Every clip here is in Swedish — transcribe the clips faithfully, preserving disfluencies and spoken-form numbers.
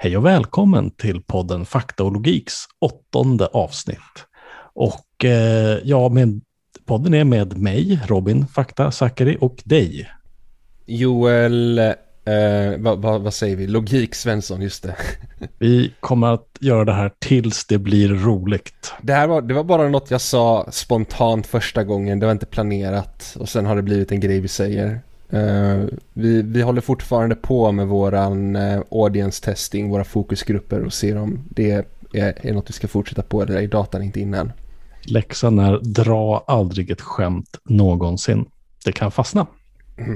Hej och välkommen till podden Fakta och Logiks åttonde avsnitt. Och eh, ja, med, podden är med mig, Robin Fakta Zachary, och dig. Joel, eh, vad, vad, vad säger vi? Logik Svensson, just det. Vi kommer att göra det här tills det blir roligt. Det här var, det var bara något jag sa spontant första gången, det var inte planerat. Och sen har det blivit en grej vi säger. Uh, vi, vi håller fortfarande på med våran uh, audience testing, våra fokusgrupper, och ser om det är, är något vi ska fortsätta på eller är datan inte innan. Läxan är: dra aldrig ett skämt någonsin. Det kan fastna. Mm.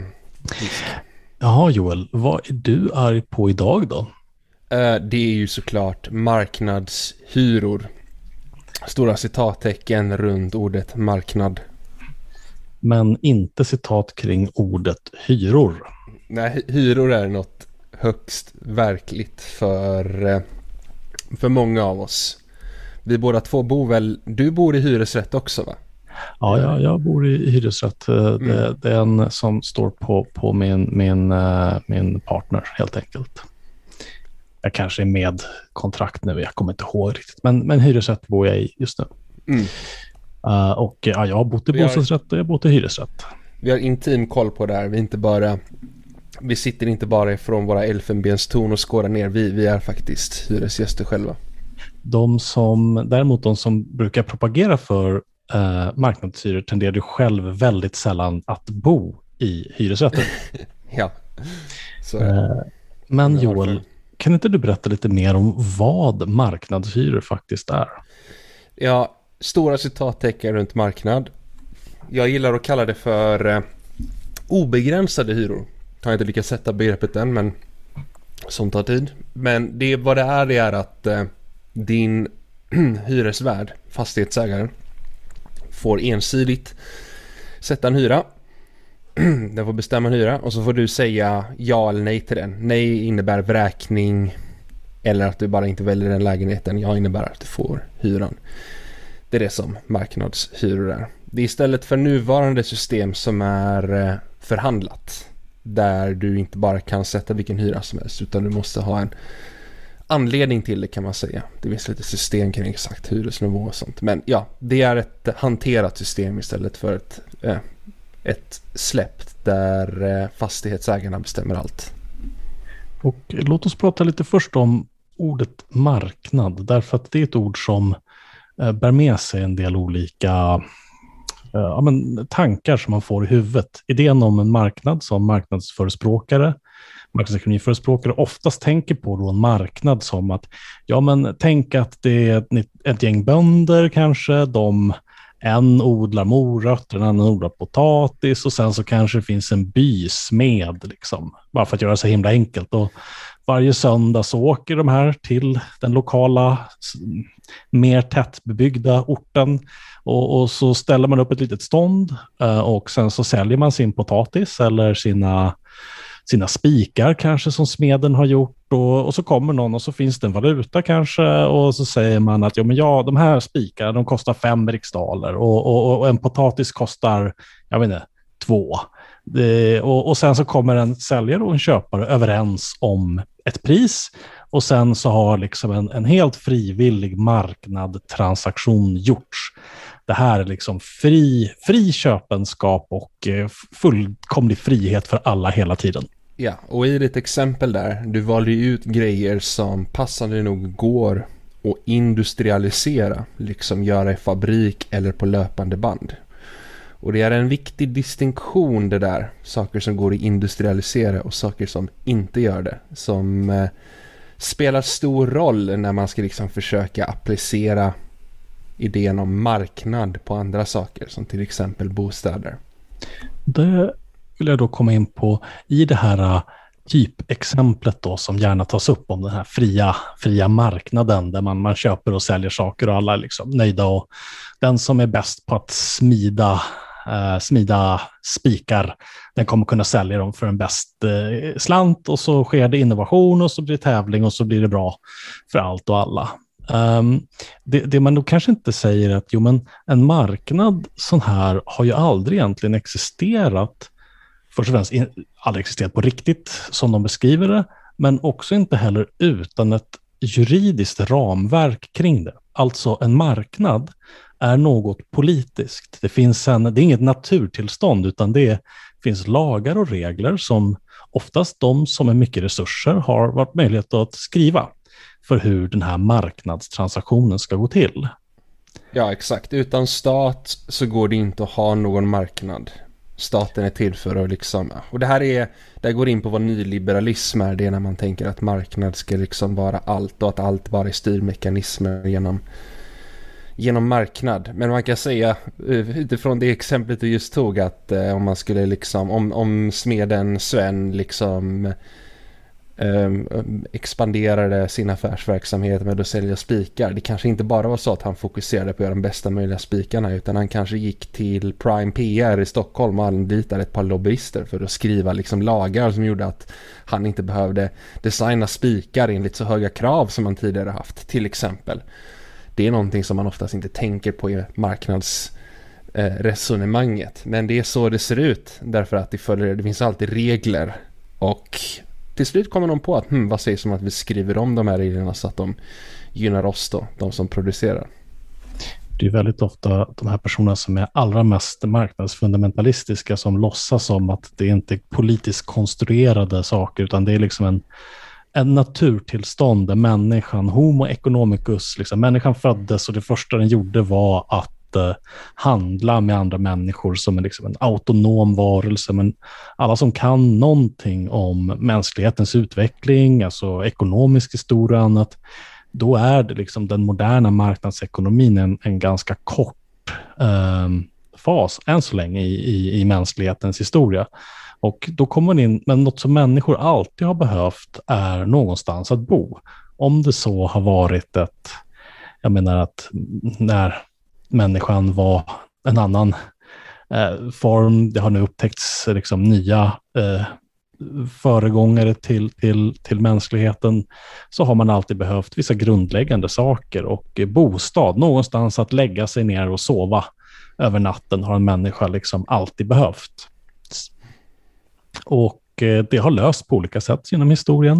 Jaha Joel, vad är du arg på idag då? Uh, det är ju såklart marknadshyror. Stora citattecken runt ordet marknad. Men inte citat kring ordet hyror. Nej, hyror är något högst verkligt för, för många av oss. Vi båda två bor väl, du bor i hyresrätt också, va? Ja, jag, jag bor i hyresrätt. Mm. Det, det är en som står på, på min, min, min partner helt enkelt. Jag kanske är med kontrakt nu, jag kommer inte ihåg riktigt. Men, men hyresrätt bor jag i just nu. Mm. Uh, och ja, jag har bott i vi bostadsrätt har, och jag har bott i hyresrätt. Vi har intim koll på det här. Vi, inte bara, vi sitter inte bara ifrån våra elfenbenstorn och skårar ner. Vi, vi är faktiskt hyresgäster själva. De som, däremot de som brukar propagera för uh, marknadshyror tenderar ju själv väldigt sällan att bo i hyresrätter. Ja. Så, uh, men Joel, kan inte du berätta lite mer om vad marknadshyror faktiskt är? Ja, stora citattecken runt marknad. Jag gillar att kalla det för eh, obegränsade hyror. Jag har inte lyckats sätta begreppet än, men som tar tid. Men det, vad det är, det är att eh, din hyresvärd, fastighetsägaren, får ensidigt sätta en hyra. Den får bestämma en hyra och så får du säga ja eller nej till den. Nej innebär vräkning eller att du bara inte väljer den lägenheten. Ja innebär att du får hyran. Det är det som marknadshyror är. Det är istället för nuvarande system som är förhandlat. Där du inte bara kan sätta vilken hyra som helst, utan du måste ha en anledning till det, kan man säga. Det finns lite system kring exakt hyresnivå och sånt. Men ja, det är ett hanterat system istället för ett, eh, ett släppt där fastighetsägarna bestämmer allt. Och låt oss prata lite först om ordet marknad. Därför att det är ett ord som bär med sig en del olika ja, men, tankar som man får i huvudet. Idén om en marknad som marknadsförespråkare, marknadsekonomiförespråkare oftast tänker på då en marknad som att, ja men tänk att det är ett, ett gäng bönder kanske, de en odlar morötter, en annan odlar potatis och sen så kanske det finns en bysmed liksom, bara för att göra det så himla enkelt. Och varje söndag så åker de här till den lokala mer tättbebyggda orten och, och så ställer man upp ett litet stånd och sen så säljer man sin potatis eller sina, sina spikar kanske som smeden har gjort och, och så kommer någon och så finns det en valuta kanske och så säger man att ja, men ja de här spikarna de kostar fem riksdaler och, och, och en potatis kostar, jag vet inte, två. Det, och, och sen så kommer en säljare och en köpare överens om ett pris och sen så har liksom en, en helt frivillig marknadstransaktion gjorts. Det här är liksom fri, fri köpenskap och eh, fullkomlig frihet för alla hela tiden. Ja, och i ditt exempel där, du valde ju ut grejer som passande nog går att industrialisera, liksom göra i fabrik eller på löpande band. Och det är en viktig distinktion det där, saker som går att industrialisera och saker som inte gör det, som eh, spelar stor roll när man ska liksom försöka applicera idén om marknad på andra saker, som till exempel bostäder. Det vill jag då komma in på i det här typexemplet då som gärna tas upp om den här fria, fria marknaden där man, man köper och säljer saker och alla är liksom nöjda och den som är bäst på att smida eh, smida spikar, den kommer kunna sälja dem för en bäst eh, slant och så sker det innovation och så blir det tävling och så blir det bra för allt och alla. Um, det, det man nog kanske inte säger är att jo, men en marknad sån här har ju aldrig egentligen existerat, först och främst in, aldrig existerat på riktigt som de beskriver det, men också inte heller utan ett juridiskt ramverk kring det. Alltså en marknad är något politiskt. Det finns en, det är inget naturtillstånd, utan det finns lagar och regler som oftast de som är mycket resurser har varit möjlighet att skriva för hur den här marknadstransaktionen ska gå till. Ja, exakt. Utan stat så går det inte att ha någon marknad. Staten är till för att liksom... Och det här är... Det går in på vad nyliberalism är. Det är när man tänker att marknad ska liksom vara allt och att allt bara är styrmekanismer genom, genom marknad. Men man kan säga utifrån det exemplet du just tog att eh, om man skulle liksom... Om, om smeden Sven liksom... Um, expanderade sin affärsverksamhet med att sälja spikar. Det kanske inte bara var så att han fokuserade på att göra de bästa möjliga spikarna, utan han kanske gick till Prime P R i Stockholm och anlitade ett par lobbyister för att skriva liksom lagar som gjorde att han inte behövde designa spikar enligt så höga krav som man tidigare haft, till exempel. Det är någonting som man oftast inte tänker på i marknadsresonemanget, eh, men det är så det ser ut därför att det, följer, det finns alltid regler och till slut kommer de på att hmm, vad sägs om att vi skriver om de här reglerna så att de gynnar oss då, de som producerar. Det är väldigt ofta de här personerna som är allra mest marknadsfundamentalistiska som låtsas som att det inte är politiskt konstruerade saker, utan det är liksom en, en naturtillstånd där människan, homo economicus, liksom, människan föddes och det första den gjorde var att handla med andra människor som är liksom en autonom varelse, men alla som kan någonting om mänsklighetens utveckling, alltså ekonomisk historia och annat, då är det liksom den moderna marknadsekonomin en, en ganska kort eh, fas än så länge i, i, i mänsklighetens historia. Och då kommer man in, men något som människor alltid har behövt är någonstans att bo. Om det så har varit ett, jag menar att när människan var en annan eh, form. Det har nu upptäckts liksom, nya eh, föregångare till, till, till mänskligheten. Så har man alltid behövt vissa grundläggande saker. Och eh, bostad, någonstans att lägga sig ner och sova över natten har en människa liksom alltid behövt. Och eh, det har löst på olika sätt genom historien.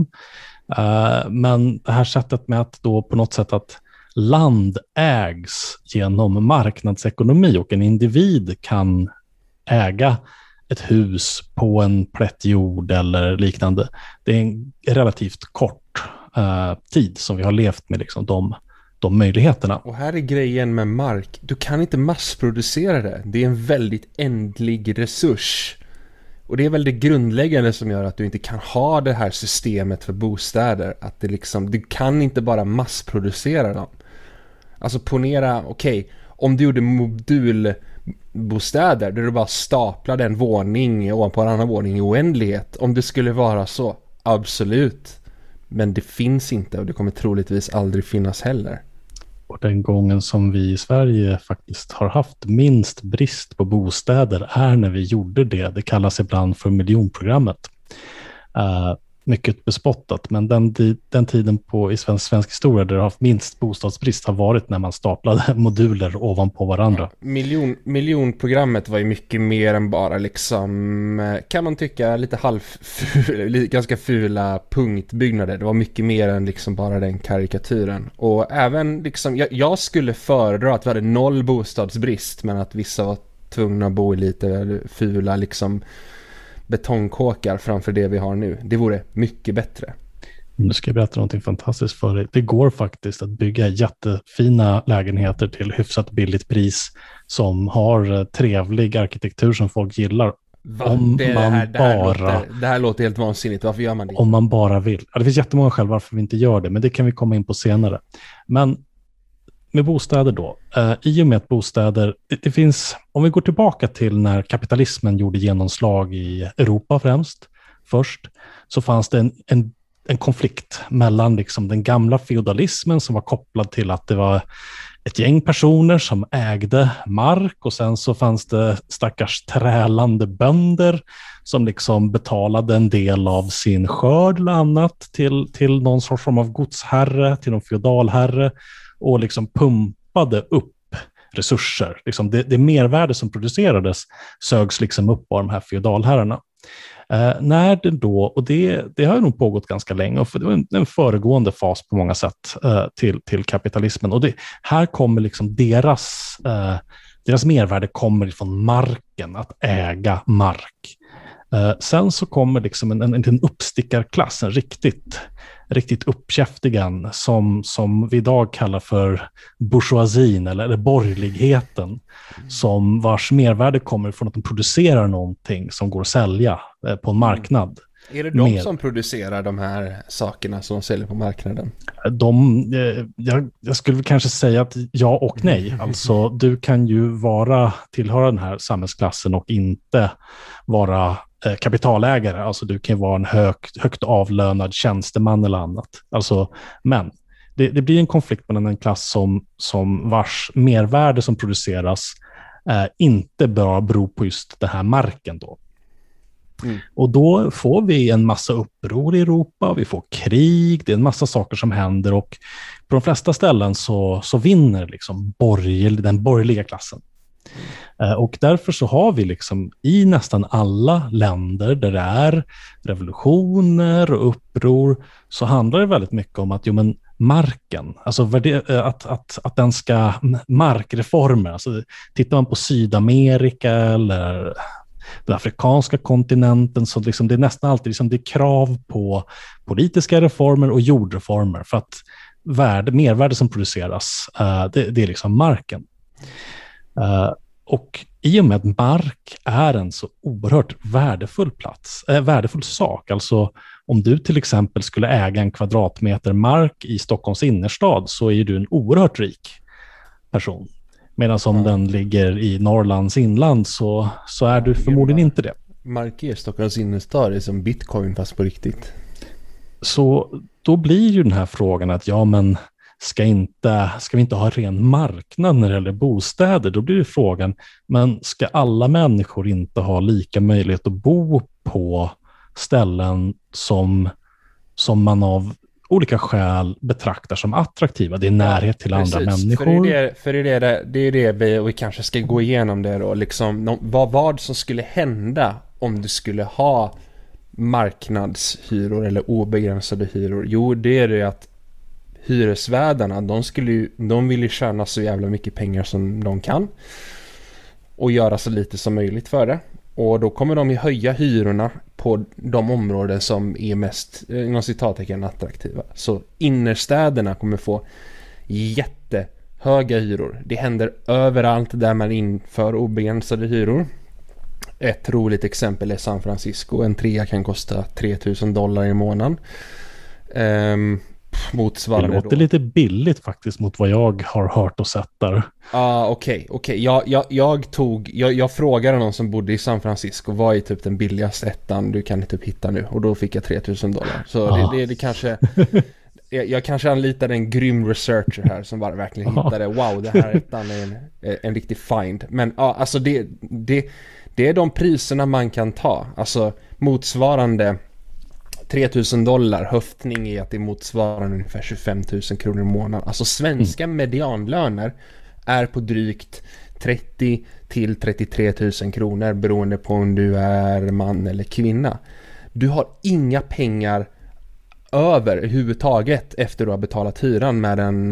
Eh, men det här sättet med att då på något sätt att land ägs genom marknadsekonomi och en individ kan äga ett hus på en plätt jord eller liknande. Det är en relativt kort uh, tid som vi har levt med liksom, de, de möjligheterna. Och här är grejen med mark. Du kan inte massproducera det. Det är en väldigt ändlig resurs. Och det är väl det grundläggande som gör att du inte kan ha det här systemet för bostäder. Att det liksom, du kan inte bara massproducera dem. Alltså ponera, okej, okay, om du gjorde modulbostäder där du bara staplade en våning ovanpå en annan våning i oändlighet. Om det skulle vara så, absolut. Men det finns inte och det kommer troligtvis aldrig finnas heller. Och den gången som vi i Sverige faktiskt har haft minst brist på bostäder är när vi gjorde det. Det kallas ibland för miljonprogrammet. Uh, mycket bespottat, men den, den tiden på, i svensk, svensk historia där det har haft minst bostadsbrist har varit när man staplade moduler ovanpå varandra. Ja, miljon, miljonprogrammet var ju mycket mer än bara liksom, kan man tycka, lite halvfula, ganska fula punktbyggnader. Det var mycket mer än liksom bara den karikatyren. Och även liksom, jag, jag skulle föredra att vi hade noll bostadsbrist, men att vissa var tvungna att bo i lite fula liksom betongkåkar framför det vi har nu. Det vore mycket bättre. Nu ska jag berätta något fantastiskt för dig. Det går faktiskt att bygga jättefina lägenheter till hyfsat billigt pris som har trevlig arkitektur som folk gillar. Om det, man här, det, här bara, låter, det här låter helt vansinnigt. Varför gör man det? Om man bara vill. Ja, det finns jättemånga skäl varför vi inte gör det, men det kan vi komma in på senare. Men med bostäder då, eh, i och med att bostäder, det, det finns, om vi går tillbaka till när kapitalismen gjorde genomslag i Europa främst, först, så fanns det en, en, en konflikt mellan liksom den gamla feodalismen som var kopplad till att det var ett gäng personer som ägde mark, och sen så fanns det stackars trälande bönder som liksom betalade en del av sin skörd eller annat till, till någon sorts form av godsherre, till någon feodalherre, och liksom pumpade upp resurser. Liksom det, det mervärde som producerades sögs liksom upp av de här feodalherrarna. Eh, när det då, och det, det har nog pågått ganska länge, och för det var en, en föregående fas på många sätt eh, till, till kapitalismen. Och det, här kommer liksom deras, eh, deras mervärde kommer från marken, att äga mark. Eh, sen så kommer liksom en, en, en uppstickarklass, en riktigt, riktigt uppkäftigan som, som vi idag kallar för bourgeoisien eller, eller borgerligheten, mm. som vars mervärde kommer från att de producerar någonting som går att sälja eh, på en marknad. Är det de Mer. som producerar de här sakerna som de säljer på marknaden? De, eh, jag, jag skulle kanske säga att ja och nej. Alltså, du kan ju vara, tillhöra den här samhällsklassen och inte vara eh, kapitalägare. Alltså, du kan vara en högt, högt avlönad tjänsteman eller annat. Alltså, men det, det blir en konflikt mellan en klass som, som vars mervärde som produceras eh, inte bör bero på just den här marken då. Mm. Och då får vi en massa uppror i Europa, vi får krig, det är en massa saker som händer, och på de flesta ställen så, så vinner liksom borgerlig, den borgerliga klassen. Mm. Eh, och därför så har vi liksom i nästan alla länder där det är revolutioner och uppror, så handlar det väldigt mycket om att jo, men marken, alltså att, att, att den ska, markreformer, alltså tittar man på Sydamerika eller den afrikanska kontinenten, så liksom det är nästan alltid liksom det är krav på politiska reformer och jordreformer, för att värde, mervärde som produceras, uh, det, det är liksom marken. Uh, och i och med att mark är en så oerhört värdefull plats, äh, värdefull sak, alltså om du till exempel skulle äga en kvadratmeter mark i Stockholms innerstad, så är du en oerhört rik person. Medan om ja. den ligger i Norrlands inland, så, så är du förmodligen inte det. Mark i Stockholms innerstad är som bitcoin fast på riktigt. Så då blir ju den här frågan att ja, men ska, inte, ska vi inte ha ren marknad när det gäller bostäder? Då blir det frågan, men ska alla människor inte ha lika möjlighet att bo på ställen som, som man av olika skäl betraktar som attraktiva? Det är närhet till ja, andra människor. För det är det, för det, är det, det, är det vi, och vi kanske ska gå igenom det då. Liksom, vad vad som skulle hända om du skulle ha marknadshyror eller obegränsade hyror? Jo, det är det att hyresvärdarna, de, skulle ju, de vill ju tjäna så jävla mycket pengar som de kan och göra så lite som möjligt för det. Och då kommer de ju höja hyrorna på de områden som är mest, inom citattecken, attraktiva. Så innerstäderna kommer få jättehöga hyror. Det händer överallt där man inför obegränsade hyror. Ett roligt exempel är San Francisco. En trea kan kosta tre tusen dollar i månaden. Um, motsvarande det låter då. lite billigt faktiskt mot vad jag har hört och sett där. Ja, ah, okej. Okay, okay. jag, jag, jag tog jag, jag frågade någon som bodde i San Francisco, vad är typ den billigaste ettan du kan typ hitta nu? Och då fick jag tre tusen dollar. Så ah. det, det, det kanske jag, jag kanske anlitade en grym researcher här som bara verkligen hittade wow, det här ettan är en, en riktig find. Men ja, ah, alltså det, det, det är de priserna man kan ta. Alltså motsvarande tre tusen dollar höftning är att det motsvarar ungefär tjugofem tusen kronor i månaden. Alltså svenska mm. medianlöner är på drygt trettio till trettiotre tusen kronor beroende på om du är man eller kvinna. Du har inga pengar över överhuvudtaget efter du har betalat hyran med en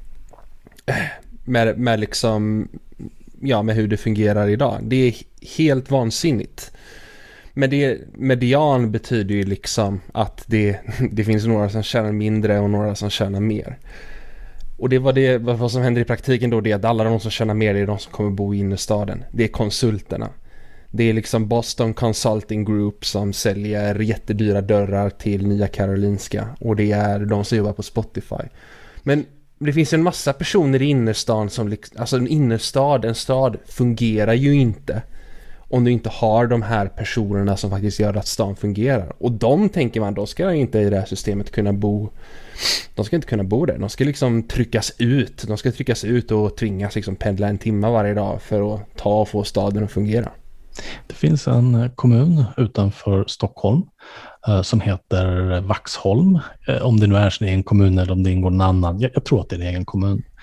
med, med liksom ja, med hur det fungerar idag. Det är helt vansinnigt. Men det, median betyder ju liksom att det, det finns några som tjänar mindre och några som tjänar mer. Och det var det, vad som händer i praktiken då, det är att alla de som tjänar mer är de som kommer bo i innerstaden. Det är konsulterna. Det är liksom Boston Consulting Group som säljer jättedyra dörrar till Nya Karolinska. Och det är de som jobbar på Spotify. Men det finns en massa personer i innerstan som, alltså en innerstad, en stad fungerar ju inte om du inte har de här personerna som faktiskt gör att stan fungerar. Och de tänker man, de ska inte i det här systemet kunna bo, de ska inte kunna bo där. De ska liksom tryckas ut. De ska tryckas ut och tvingas liksom pendla en timme varje dag för att ta och få staden att fungera. Det finns en kommun utanför Stockholm eh, som heter Vaxholm. Eh, om det nu är sin egen kommun eller om det ingår en annan. Jag, jag tror att det är en egen kommun.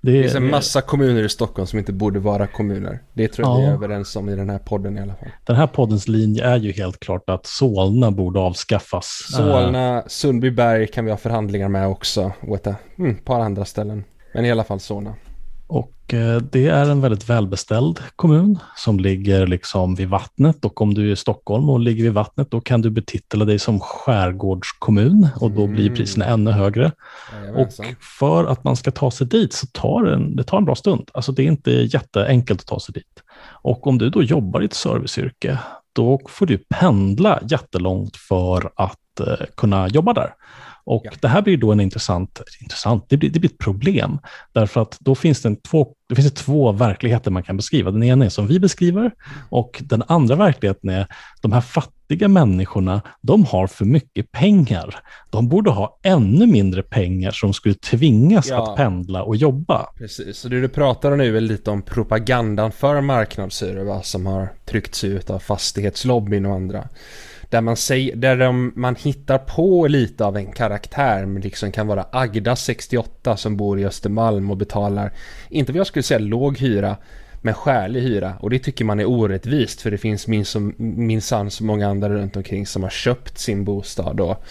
Det, det finns en massa kommuner i Stockholm som inte borde vara kommuner. Det tror jag ja. vi är överens om i den här podden i alla fall. Den här poddens linje är ju helt klart att Solna borde avskaffas. Solna, Sundbyberg kan vi ha förhandlingar med också. Och ett mm, par andra ställen. Men i alla fall Solna. Och eh, det är en väldigt välbeställd kommun som ligger liksom vid vattnet, och om du är i Stockholm och ligger vid vattnet då kan du betitla dig som skärgårdskommun och då blir priserna ännu högre. Mm. Och för att man ska ta sig dit så tar det en, det tar en bra stund. Alltså det är inte jätteenkelt att ta sig dit. Och om du då jobbar i ett serviceyrke då får du pendla jättelångt för att eh, kunna jobba där. Och ja. det här blir då en intressant, intressant det, blir, det blir ett problem. Därför att då finns det, en två, det finns det två verkligheter man kan beskriva. Den ena är som vi beskriver och den andra verkligheten är de här fattiga människorna, de har för mycket pengar. De borde ha ännu mindre pengar som skulle tvingas ja. att pendla och jobba. Precis, så det du pratar om nu är lite om propagandan för marknadshyror, va, som har tryckts ut av fastighetslobbyn och andra. Där man säger, där de, man hittar på lite av en karaktär, men liksom kan vara Agda sextioåtta som bor i Östermalm och betalar, inte vad jag skulle säga låg hyra, men skälig hyra. Och det tycker man är orättvist, för det finns minsann min så många andra runt omkring som har köpt sin bostad och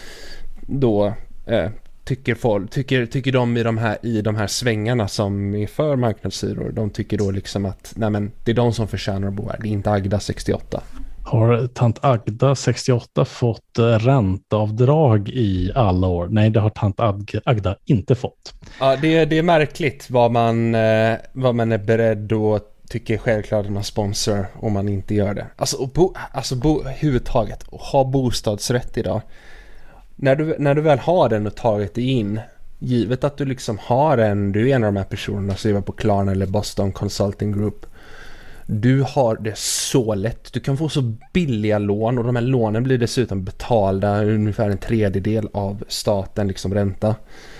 då eh, tycker, folk, tycker, tycker de i de, här, i de här svängarna som är för marknadshyror, de tycker då liksom att nej men, det är de som förtjänar att bo här, det är inte Agda sextioåtta. Har tant Agda sextioåtta fått ränteavdrag i alla år? Nej, det har tant Agda inte fått. Ja, det, det är märkligt vad man, vad man är beredd att tycka självklart att man sponsor om man inte gör det. Alltså, bo, alltså bo, huvudtaget, ha bostadsrätt idag. När du, när du väl har den och tagit dig in, givet att du liksom har en, du är en av de här personerna som jobbar på Klarna eller Boston Consulting Group, du har det så lätt. Du kan få så billiga lån och de här lånen blir dessutom betalda ungefär en tredjedel av staten, liksom ränta.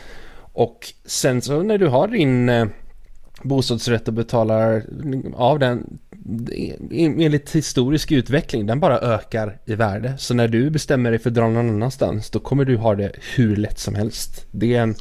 Och sen så när du har din eh, bostadsrätt och betalar av den enligt historisk utveckling, den bara ökar i värde. Så när du bestämmer dig för att dra någon annanstans, då kommer du ha det hur lätt som helst. Det är en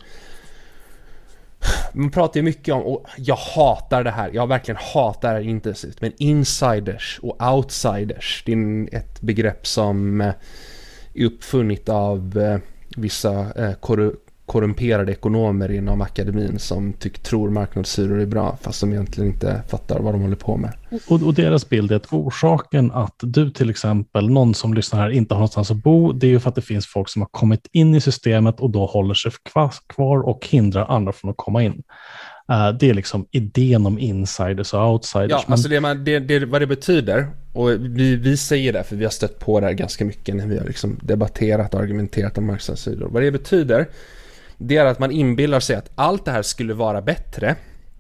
Man pratar ju mycket om, och jag hatar det här, jag verkligen hatar det här intensivt, men insiders och outsiders, det är ett begrepp som är uppfunnit av vissa kor- korrumperade ekonomer inom akademin som tycker, tror marknadshyror är bra, fast som egentligen inte fattar vad de håller på med. Och, och deras bild är att orsaken att du till exempel, någon som lyssnar här, inte har någonstans att bo, det är ju för att det finns folk som har kommit in i systemet och då håller sig kvar och hindrar andra från att komma in. Uh, det är liksom idén om insiders och outsiders. Ja, men alltså det, man, det, det, vad det betyder, och vi, vi säger det för vi har stött på det här ganska mycket när vi har liksom debatterat och argumenterat om marknadshyror. Vad det betyder, det är att man inbillar sig att allt det här skulle vara bättre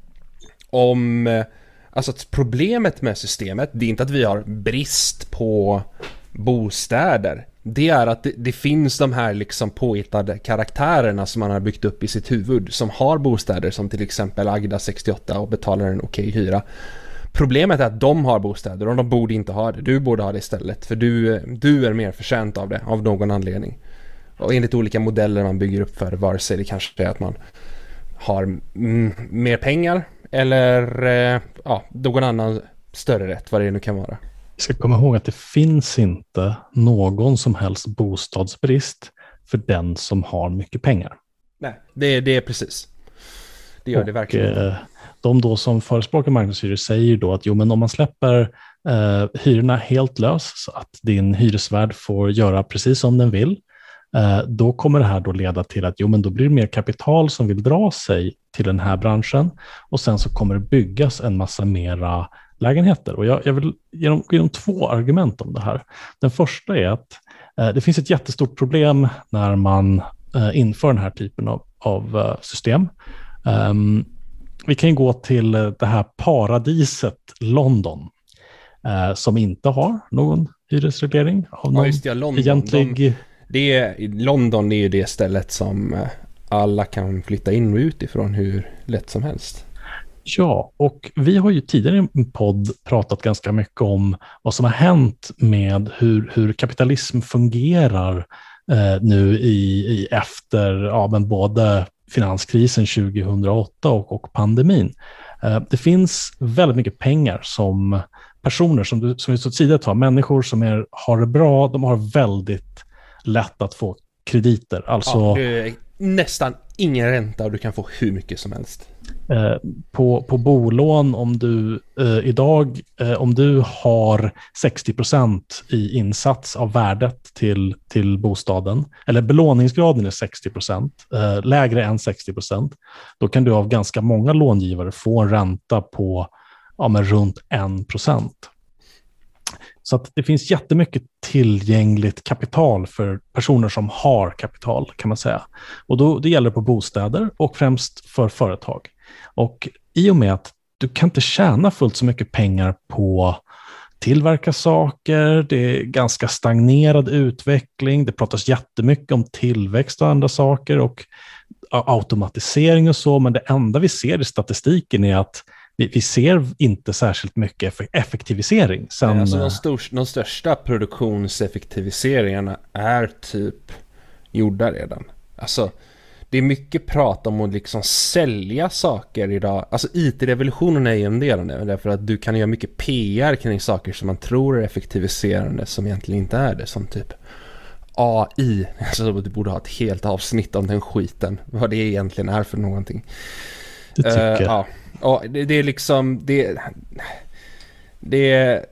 om, alltså att problemet med systemet, det är inte att vi har brist på bostäder. Det är att det, det finns de här liksom påhittade karaktärerna som man har byggt upp i sitt huvud som har bostäder, som till exempel Agda sextioåtta och betalar en okej hyra. Problemet är att de har bostäder och de borde inte ha det. Du borde ha det istället, för du, du är mer förtjänt av det av någon anledning. Och enligt olika modeller man bygger upp för, vare sig det kanske är att man har mm, mer pengar eller eh, ja, någon annan större rätt, vad det nu kan vara. Vi ska komma ihåg att det finns inte någon som helst bostadsbrist för den som har mycket pengar. Nej, det, det är precis. Det gör och, det verkligen. Eh, de då som förespråkar marknadshyror säger då att jo, men om man släpper eh, hyrorna helt lös så att din hyresvärd får göra precis som den vill, eh, då kommer det här då leda till att jo, men då blir det mer kapital som vill dra sig till den här branschen, och sen så kommer det byggas en massa mera lägenheter. Och jag, jag vill ge dem, ge dem två argument om det här. Den första är att eh, det finns ett jättestort problem när man eh, inför den här typen av, av uh, system. Um, vi kan ju gå till det här paradiset London eh, som inte har någon hyresreglering av någon ja, just det, London. egentlig... De, det är, London är ju det stället som alla kan flytta in och ut ifrån hur lätt som helst. Ja, och vi har ju tidigare i en podd pratat ganska mycket om vad som har hänt med hur, hur kapitalism fungerar eh, nu i, i efter ja, men både finanskrisen tjugohundraåtta och, och pandemin. Det finns väldigt mycket pengar som personer som, du, som vi så tidigare tar, människor som är, har det bra, de har väldigt lätt att få krediter. Alltså, ja, det är nästan ingen ränta och du kan få hur mycket som helst. Eh, på, på bolån, om du eh, idag, eh, om du har sextio procent i insats av värdet till, till bostaden, eller belåningsgraden är sextio procent, eh, lägre än sextio procent, då kan du av ganska många långivare få en ränta på ja, men runt en procent. Så att det finns jättemycket tillgängligt kapital för personer som har kapital, kan man säga. Och då, det gäller på bostäder och främst för företag. Och i och med att du kan inte tjäna fullt så mycket pengar på tillverka saker, det är ganska stagnerad utveckling, det pratas jättemycket om tillväxt och andra saker och automatisering och så, men det enda vi ser i statistiken är att vi, vi ser inte särskilt mycket effektivisering. Sen, Nej, alltså de, stor, de största produktionseffektiviseringarna är typ gjorda redan. Alltså det är mycket prat om att liksom sälja saker idag. Alltså I T-revolutionen är ju en del av det. Därför att du kan göra mycket P R kring saker som man tror är effektiviserande som egentligen inte är det. Som typ A I. Alltså du borde ha ett helt avsnitt om den skiten. Vad det egentligen är för någonting. Det tycker uh, ja. Och det, det är liksom det, det är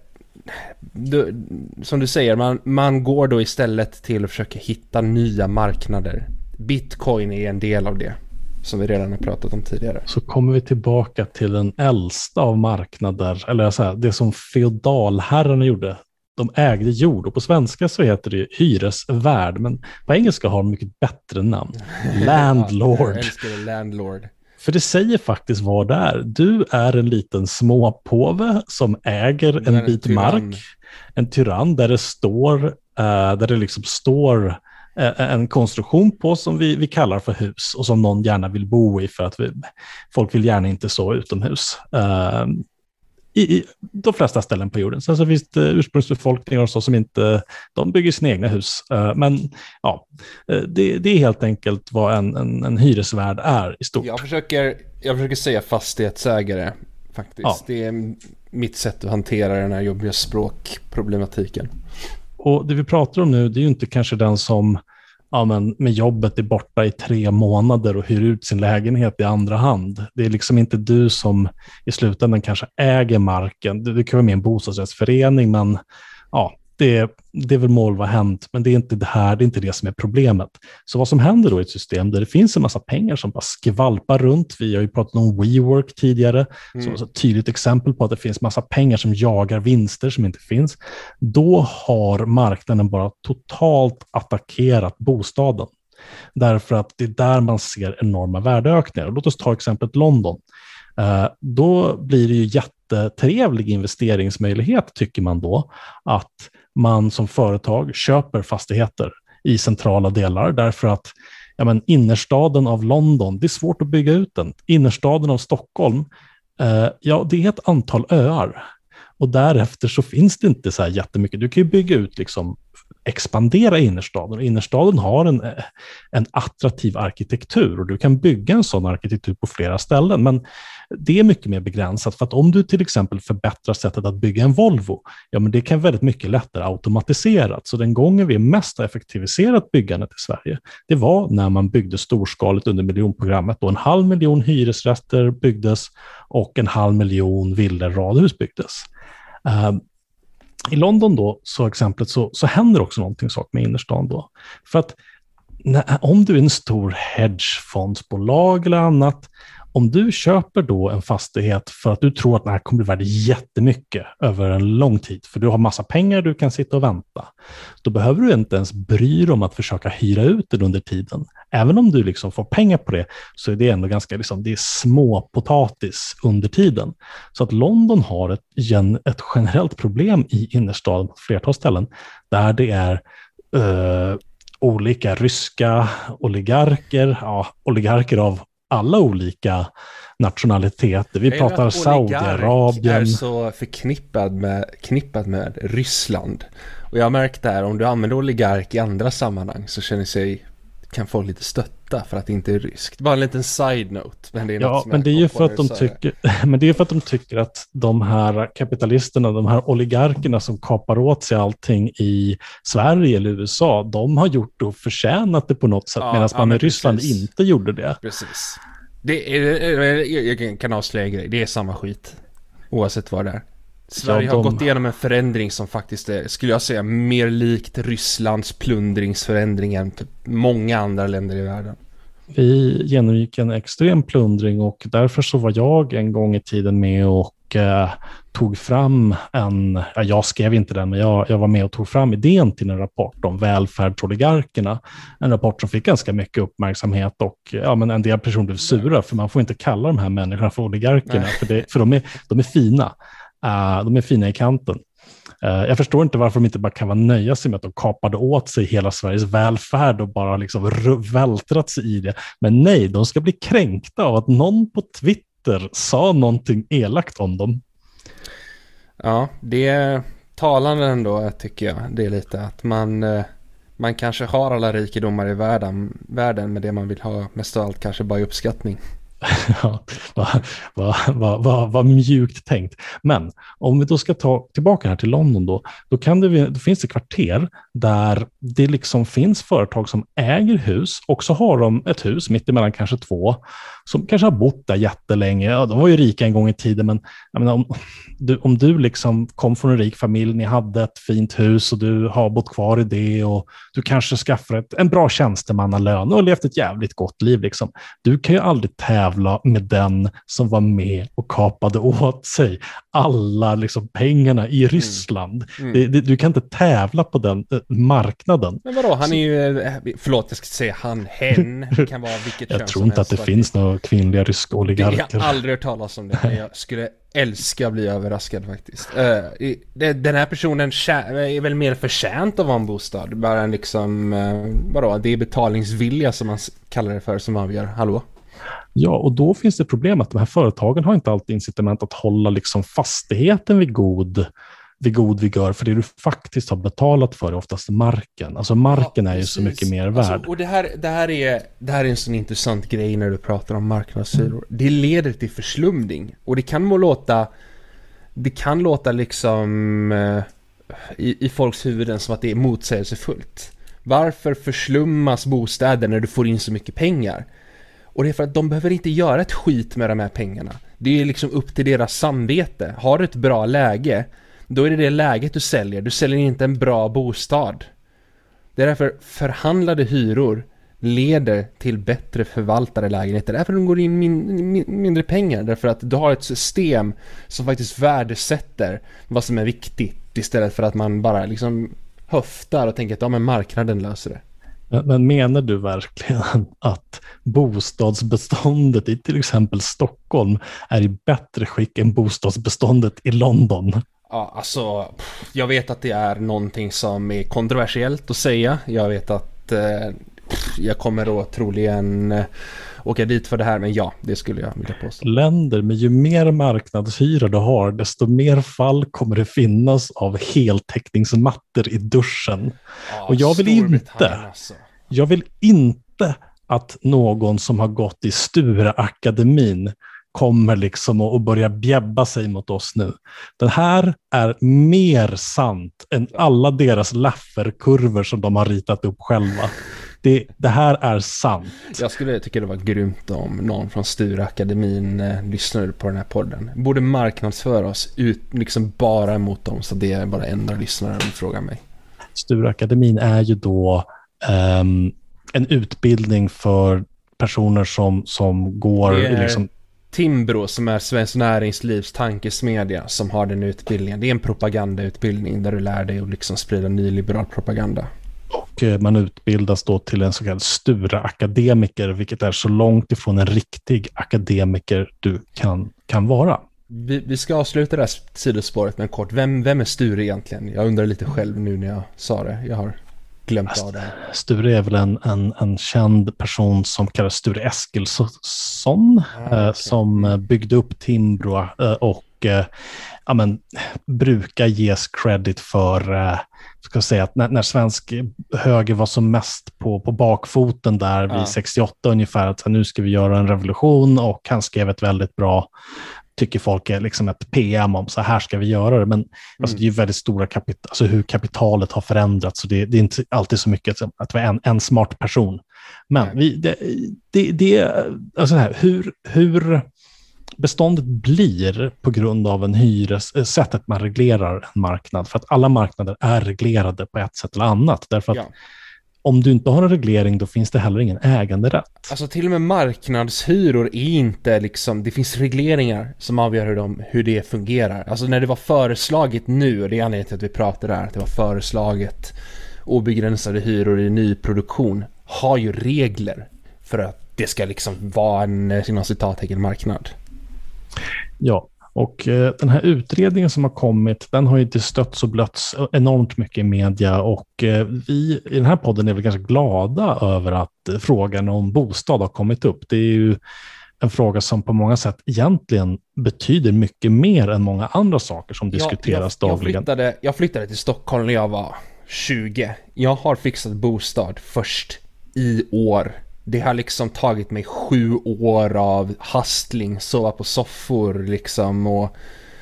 du, som du säger, man, man går då istället till att försöka hitta nya marknader. Bitcoin är en del av det som vi redan har pratat om tidigare. Så kommer vi tillbaka till den äldsta av marknader, eller så här, det som feodalherrarna gjorde. De ägde jord, och på svenska så heter det hyresvärd, men på engelska har de mycket bättre namn. Landlord. Jag älskar det, landlord. För det säger faktiskt vad det är. Du är en liten småpåve som äger en, en bit tyrann. mark. En tyrann där det står, uh, där det liksom står en konstruktion på som vi, vi kallar för hus och som någon gärna vill bo i för att vi, folk vill gärna inte så utomhus. Uh, i, I de flesta ställen på jorden. Sen så finns det ursprungsbefolkningar och så som inte, de bygger sina egna hus. Uh, men ja, det, det är helt enkelt vad en, en, en hyresvärd är i stort. Jag försöker, jag försöker säga fastighetsägare faktiskt. Ja. Det är mitt sätt att hantera den här jobbiga språkproblematiken. Och det vi pratar om nu, det är ju inte kanske den som ja, men med jobbet är borta i tre månader och hyr ut sin lägenhet i andra hand. Det är liksom inte du som i slutändan kanske äger marken. Du, du kan vara med i en bostadsrättsförening, men ja, det, det är väl mål vad hänt, men det är inte det här, det är inte det som är problemet. Så vad som händer då i ett system där det finns en massa pengar som bara skvalpar runt, vi har ju pratat om WeWork tidigare, mm. som är ett tydligt exempel på att det finns massa pengar som jagar vinster som inte finns, då har marknaden bara totalt attackerat bostaden. Därför att det är där man ser enorma värdeökningar. Låt oss ta exemplet London. Uh, då blir det ju jättetrevlig investeringsmöjlighet, tycker man då, att man som företag köper fastigheter i centrala delar, därför att ja, men innerstaden av London, det är svårt att bygga ut den. Innerstaden av Stockholm, uh, ja, det är ett antal öar. Och därefter så finns det inte så här jättemycket. Du kan ju bygga ut, liksom expandera innerstaden. Och innerstaden har en, en attraktiv arkitektur och du kan bygga en sån arkitektur på flera ställen. Men det är mycket mer begränsat, för att om du till exempel förbättrar sättet att bygga en Volvo, ja men det kan väldigt mycket lättare automatiserat. Så den gången vi mest har effektiviserat byggandet i Sverige, det var när man byggde storskaligt under miljonprogrammet. Då en halv miljon hyresrätter byggdes och en halv miljon villor radhus byggdes. Uh, I London då, så exemplet, så, så händer också någonting sak med innerstan då. För att när, om du är en stor hedgefondsbolag eller annat, om du köper då en fastighet för att du tror att den här kommer bli värd jättemycket över en lång tid, för du har massa pengar du kan sitta och vänta, då behöver du inte ens bry dig om att försöka hyra ut den under tiden. Även om du liksom får pengar på det, så är det ändå ganska liksom, det är små potatis under tiden. Så att London har ett, ett generellt problem i innerstaden på flertal ställen, där det är eh, olika ryska oligarker, ja, oligarker av alla olika nationaliteter. Vi pratar Saudiarabien. Är så förknippad med, förknippad med Ryssland. Och jag har märkt där, om du använder oligark i andra sammanhang så känner sig, kan folk lite stött, skratta för att det inte är ryskt. Bara en liten side-note. Men det är ja, men det är ju för att de tycker, men det är för att de tycker att de här kapitalisterna, de här oligarkerna som kapar åt sig allting i Sverige eller U S A, de har gjort och förtjänat det på något sätt, ja, medan man ja, i Ryssland precis. inte gjorde det. Precis. Det är, jag kan avslöja en grej. Det är samma skit. Oavsett vad det är. Sverige ja, de... har gått igenom en förändring som faktiskt är, skulle jag säga, mer likt Rysslands plundringsförändring än typ många andra länder i världen. Vi genomgick en extrem plundring och därför så var jag en gång i tiden med och eh, tog fram en, ja, jag skrev inte den, men jag, jag var med och tog fram idén till en rapport om välfärdsoligarkerna. En rapport som fick ganska mycket uppmärksamhet och ja, men en del personer blev sura för man får inte kalla de här människorna för oligarkerna för, det, för de, är, de är fina. Uh, de är fina i kanten. Uh, jag förstår inte varför de inte bara kan vara nöja sig med att de kapade åt sig hela Sveriges välfärd och bara liksom r- vältrat sig i det. Men nej, de ska bli kränkta av att någon på Twitter sa någonting elakt om dem. Ja, det är talande ändå, tycker jag. Det är lite att man, man kanske har alla rikedomar i världen, världen men det man vill ha mest av allt kanske bara är uppskattning. Ja, vad va, va, va, va mjukt tänkt. Men om vi då ska ta tillbaka här till London då, då, kan det, då finns det kvarter där det liksom finns företag som äger hus och så har de ett hus mitt emellan kanske två som kanske har bott där jättelänge. Ja, de var ju rika en gång i tiden, men jag menar, om, du, om du liksom kom från en rik familj, ni hade ett fint hus och du har bott kvar i det och du kanske skaffar ett, en bra tjänstemannalön och levt ett jävligt gott liv liksom. Du kan ju aldrig tävla med den som var med och kapade åt sig alla liksom pengarna i Ryssland. Mm. Mm. Det, det, du kan inte tävla på den eh, marknaden. Men vadå, han är ju, förlåt jag ska säga han, hen, kan vara vilket jag tror inte att det faktiskt finns några kvinnliga ryska oligarker. Jag har aldrig hört talas om det, men jag skulle älska att bli överraskad faktiskt. Uh, det, den här personen är väl mer förtjänt av att vara en bostad. Bara en liksom, uh, vadå, det är betalningsvilja som man kallar det för som avgör. Hallå? Ja, och då finns det problem att de här företagen har inte alltid incitament att hålla liksom fastigheten vid god, vid god vigör, för det du faktiskt har betalat för är oftast marken. Alltså marken ja, är ju så mycket mer värd. Alltså, och det här, det, här är, det här är en sån intressant grej när du pratar om marknadshyror. Mm. Det leder till förslumning. Och det kan må låta, det kan låta liksom uh, i, i folks huvuden som att det är motsägelsefullt. Varför förslummas bostäder när du får in så mycket pengar? Och det är för att de behöver inte göra ett skit med de här pengarna. Det är liksom upp till deras samvete. Har du ett bra läge, då är det det läget du säljer. Du säljer inte en bra bostad. Det är därför förhandlade hyror leder till bättre förvaltade lägenheter. Därför de går in min, min, mindre pengar. Därför att du har ett system som faktiskt värdesätter vad som är viktigt istället för att man bara liksom höftar och tänker att ja, men marknaden löser det. Men menar du verkligen att bostadsbeståndet i till exempel Stockholm är i bättre skick än bostadsbeståndet i London? Ja, alltså, jag vet att det är någonting som är kontroversiellt att säga. Jag vet att eh, jag kommer då troligen eh, åka dit för det här, men ja, det skulle jag vilja påstå. Länder med ju mer marknadshyra du har, desto mer fall kommer det finnas av heltäckningsmattor i duschen. Ja, och jag vill inte, alltså. jag vill inte att någon som har gått i Sture-akademin kommer liksom att börja bjäbba sig mot oss nu. Den här är mer sant än alla deras lafferkurvor som de har ritat upp själva. Det, det här är sant. Jag skulle tycka det var grymt om någon från Sture-akademin eh, lyssnade på den här podden. Borde marknadsföra oss ut liksom bara mot dem, så det är bara enda lyssnaren som frågar mig. Sture-akademin är ju då um, en utbildning för personer som, som går liksom... Timbro som är Svenskt Näringslivs tankesmedja som har den utbildningen. Det är en propagandautbildning där du lär dig att liksom sprida nyliberal propaganda. Och man utbildas då till en så kallad Sture-akademiker, vilket är så långt ifrån en riktig akademiker du kan, kan vara. Vi, vi ska avsluta det här sidospåret med en kort. Vem, vem är Sture egentligen? Jag undrar lite själv nu när jag sa det. Jag har glömt av det. Sture är väl en, en, en känd person som kallas Sture Eskilsson, ah, okay. eh, som byggde upp Timbro eh, och och eh, ja, men, brukar ges credit för eh, ska jag säga att när, när svensk höger var som mest på, på bakfoten där vid Ja. sextioåtta ungefär, att så, nu ska vi göra en revolution, och han skrev ett väldigt bra, tycker folk är liksom ett P M om så här ska vi göra det, men mm. alltså, det är ju väldigt stora kapital, alltså hur kapitalet har förändrats, så det, det är inte alltid så mycket att, att vara en, en smart person. Men vi, det, det, det alltså här, hur, hur beståndet blir på grund av en hyres, sättet man reglerar en marknad, för att alla marknader är reglerade på ett sätt eller annat, därför att ja. om du inte har en reglering, då finns det heller ingen äganderätt. Alltså till och med marknadshyror är inte liksom, det finns regleringar som avgör hur, de, hur det fungerar. Alltså när det var föreslaget nu, och det är anledningen till att vi pratar där, att det var föreslaget obegränsade hyror i nyproduktion, har ju regler för att det ska liksom vara en, inom citattecken, marknad. Ja, och eh, den här utredningen som har kommit, den har ju inte stötts och blötts enormt mycket i media, och eh, vi i den här podden är väl ganska glada över att eh, frågan om bostad har kommit upp. Det är ju en fråga som på många sätt egentligen betyder mycket mer än många andra saker som diskuteras jag, jag, dagligen. Jag flyttade, jag flyttade till Stockholm när jag var tjugo. Jag har fixat bostad först i år. Det har liksom tagit mig sju år av hustling, sova på soffor liksom, och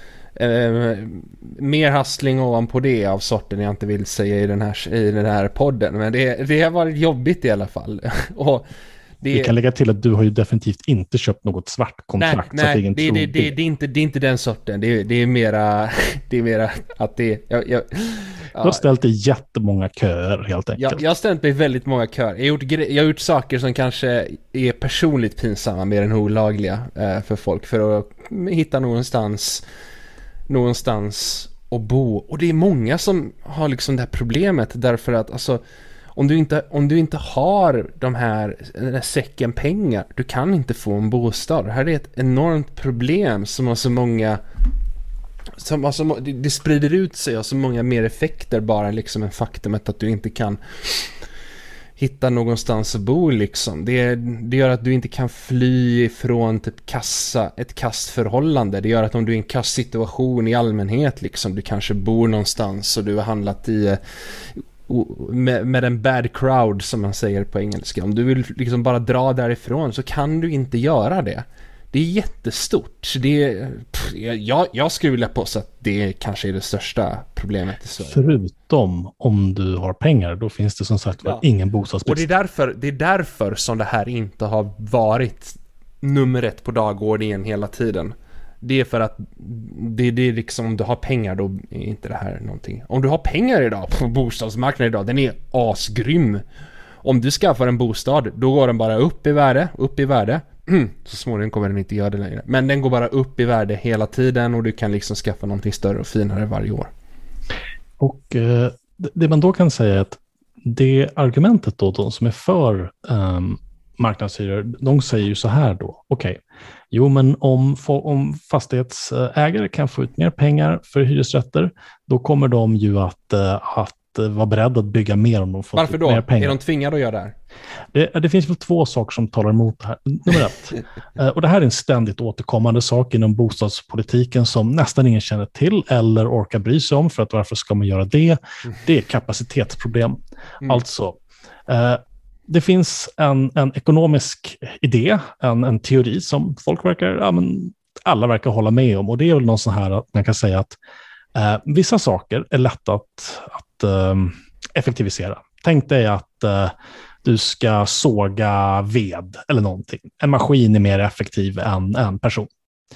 eh, mer hustling ovanpå det av sorten jag inte vill säga i den här, i den här podden, men det, det har varit jobbigt i alla fall. Och det, vi kan lägga till att du har ju definitivt inte köpt något svart kontrakt. Nej, nej så det, det, det, det, är inte, det är inte den sorten. Det är, det är mera det är mera att det jag, jag, du har ställt dig jättemånga köer helt enkelt. Jag, jag har ställt mig väldigt många köer. Jag har, gjort, jag har gjort saker som kanske är personligt pinsamma mer än olagliga eh, för folk, för att hitta någonstans någonstans att bo. Och det är många som har liksom det här problemet, därför att alltså Om du, inte, om du inte har de här, den här säcken pengar, du kan inte få en bostad. Det här är ett enormt problem som har så många, som har så, det, det sprider ut sig och så många mer effekter bara liksom en faktumet att du inte kan hitta någonstans att bo liksom. Det, det gör att du inte kan fly ifrån typ kassa, ett kastförhållande. Det gör att om du är i en kastsituation i allmänhet liksom, du kanske bor någonstans och du har handlat i Med, med en bad crowd som man säger på engelska. Om du vill liksom bara dra därifrån så kan du inte göra det. Det är jättestort. Det är, pff, jag, jag skulle vilja påstå att det kanske är det största problemet i Sverige. Förutom om du har pengar, då finns det som sagt ja. ingen bostadsbrist. Och det är, därför, det är därför som det här inte har varit nummer ett på dagordningen hela tiden. Det är för att det, det är liksom, om du har pengar då är inte det här någonting. Om du har pengar idag på bostadsmarknaden idag, den är asgrym. Om du skaffar en bostad, då går den bara upp i värde, upp i värde. Så småningom kommer den inte göra det längre. Men den går bara upp i värde hela tiden, och du kan liksom skaffa någonting större och finare varje år. Och eh, det man då kan säga är att det argumentet då, de som är för um, marknadshyror, de säger ju så här då, okej, okay, jo men om, om fastighetsägare kan få ut mer pengar för hyresrätter, då kommer de ju att, att vara beredda att bygga mer om de får Varför ut då? mer pengar. Är de tvingade att göra det här? Det, det finns väl två saker som talar emot det här. Nummer ett, och det här är en ständigt återkommande sak inom bostadspolitiken som nästan ingen känner till eller orkar bry sig om, för att varför ska man göra det? Det är kapacitetsproblem. Mm. Alltså, eh, det finns en, en ekonomisk idé, en, en teori som folk verkar, ja, men alla verkar hålla med om, och det är väl någon sån här att man kan säga att eh, vissa saker är lätta att, att eh, effektivisera. Tänk dig att eh, du ska såga ved eller någonting. En maskin är mer effektiv än en person.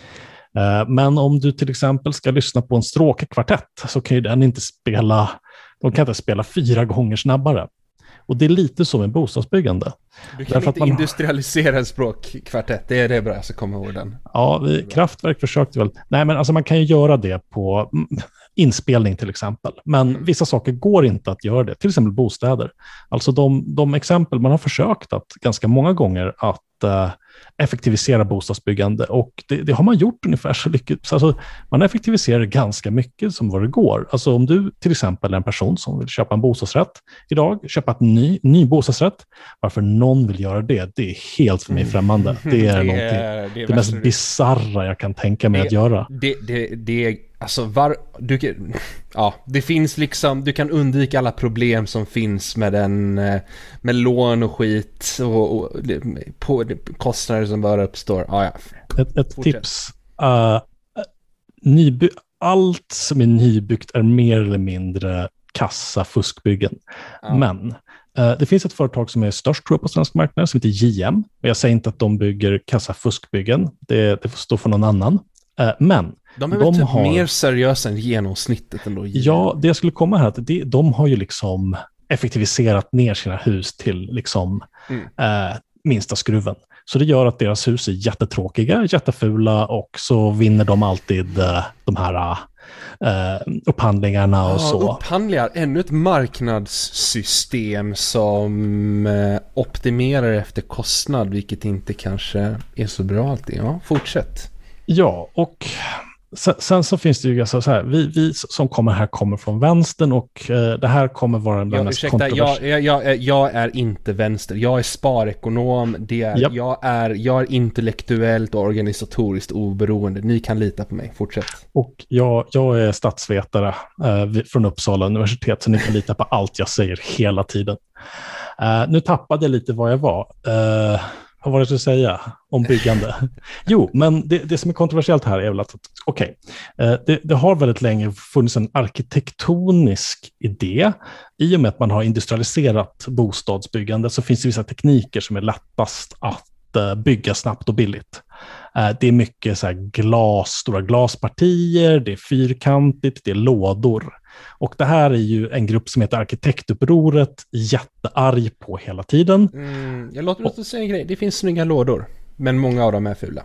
Eh, men om du till exempel ska lyssna på en stråkkvartett, så kan ju den inte spela, de kan inte spela fyra gånger snabbare. Och det är lite som en bostadsbyggande. Du kan Därför inte man... industrialisera en språkkvartett, det är det bra, så kommer ihåg den. Ja, vi, Kraftwerk försökte väl. Nej, men alltså man kan ju göra det på inspelning till exempel. Men mm. vissa saker går inte att göra det, till exempel bostäder. Alltså de, de exempel man har försökt att ganska många gånger att uh, effektivisera bostadsbyggande, och det, det har man gjort ungefär så lyckat. Alltså, man effektiviserar ganska mycket som vad det går. Alltså om du till exempel är en person som vill köpa en bostadsrätt idag, köpa en ny, ny bostadsrätt, varför någon vill göra det, det är helt för mig främmande. Det är, det, är det, är det mest bizarra jag kan tänka mig det, att göra. Det, det, det är alltså var, du, ja, det finns liksom, du kan undvika alla problem som finns med den, med lån och skit och, och på, kostnader som bara uppstår. Ja, ja. Ett, ett tips. Uh, nyby- allt som är nybyggt är mer eller mindre kassa fuskbyggen. Ja. Men uh, det finns ett företag som är störst tror jag, på svensk marknad som heter J M. Jag säger inte att de bygger kassa fuskbyggen. Det, det får stå för någon annan. Uh, men de är väl de typ har... mer seriösa än genomsnittet ändå. Ja, det jag skulle komma här, att det, de har ju liksom effektiviserat ner sina hus till liksom mm. uh, minsta skruven. Så det gör att deras hus är jättetråkiga, jättefula, och så vinner de alltid uh, de här uh, upphandlingarna och ja, så. Upphandlingar, ännu ett marknadssystem som uh, optimerar efter kostnad, vilket inte kanske är så bra alltid. Ja, fortsätt. Ja, och sen, sen så finns det ju alltså så här, vi, vi som kommer här kommer från vänstern, och uh, det här kommer vara den ja, mest ursäkta, jag, jag, jag, jag är inte vänster, jag är sparekonom, det är, yep. jag, är, jag är intellektuellt och organisatoriskt oberoende, ni kan lita på mig, fortsätt. Och jag, jag är statsvetare uh, från Uppsala universitet, så ni kan lita på allt jag säger hela tiden. Uh, nu tappade jag lite vad jag var. Uh, Vad var det att säga om byggande? Jo, men det, det som är kontroversiellt här är väl att okej, okay, det, det har väldigt länge funnits en arkitektonisk idé. I och med att man har industrialiserat bostadsbyggande så finns det vissa tekniker som är lättast att bygga snabbt och billigt. Det är mycket så här glas, stora glaspartier, det är fyrkantigt, det är lådor. Och det här är ju en grupp som heter Arkitektupproret jättearg på hela tiden. Mm, jag låter mig säga en grej. Det finns snygga lådor, men många av dem är fula.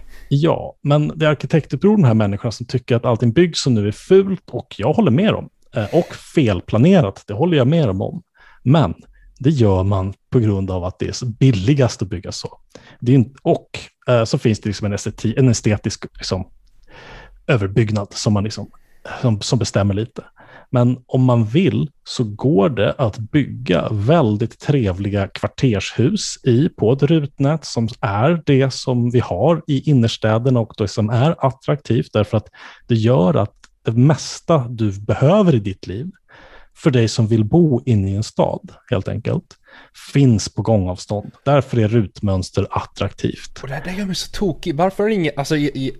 Ja, men det är Arkitektupproret, de här människorna som tycker att allting byggs som nu är fult, och jag håller med dem. Och felplanerat, det håller jag med dem om. Men det gör man på grund av att det är så billigast att bygga så. Det är inte, och eh, så finns det liksom en, esteti, en estetisk liksom, överbyggnad som man liksom Som, som bestämmer lite. Men om man vill så går det att bygga väldigt trevliga kvartershus i på ett rutnät som är det som vi har i innerstäderna, och det som är attraktivt därför att det gör att det mesta du behöver i ditt liv för dig som vill bo inne i en stad helt enkelt finns på gångavstånd. Därför är rutmönster attraktivt. Och det här gör mig så tokig. Varför är det inget, alltså i, i...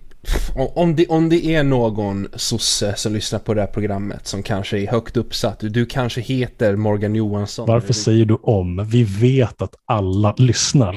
Om det, om det är någon sosse som lyssnar på det här programmet som kanske är högt uppsatt, du kanske heter Morgan Johansson. Varför säger du om? Vi vet att alla lyssnar.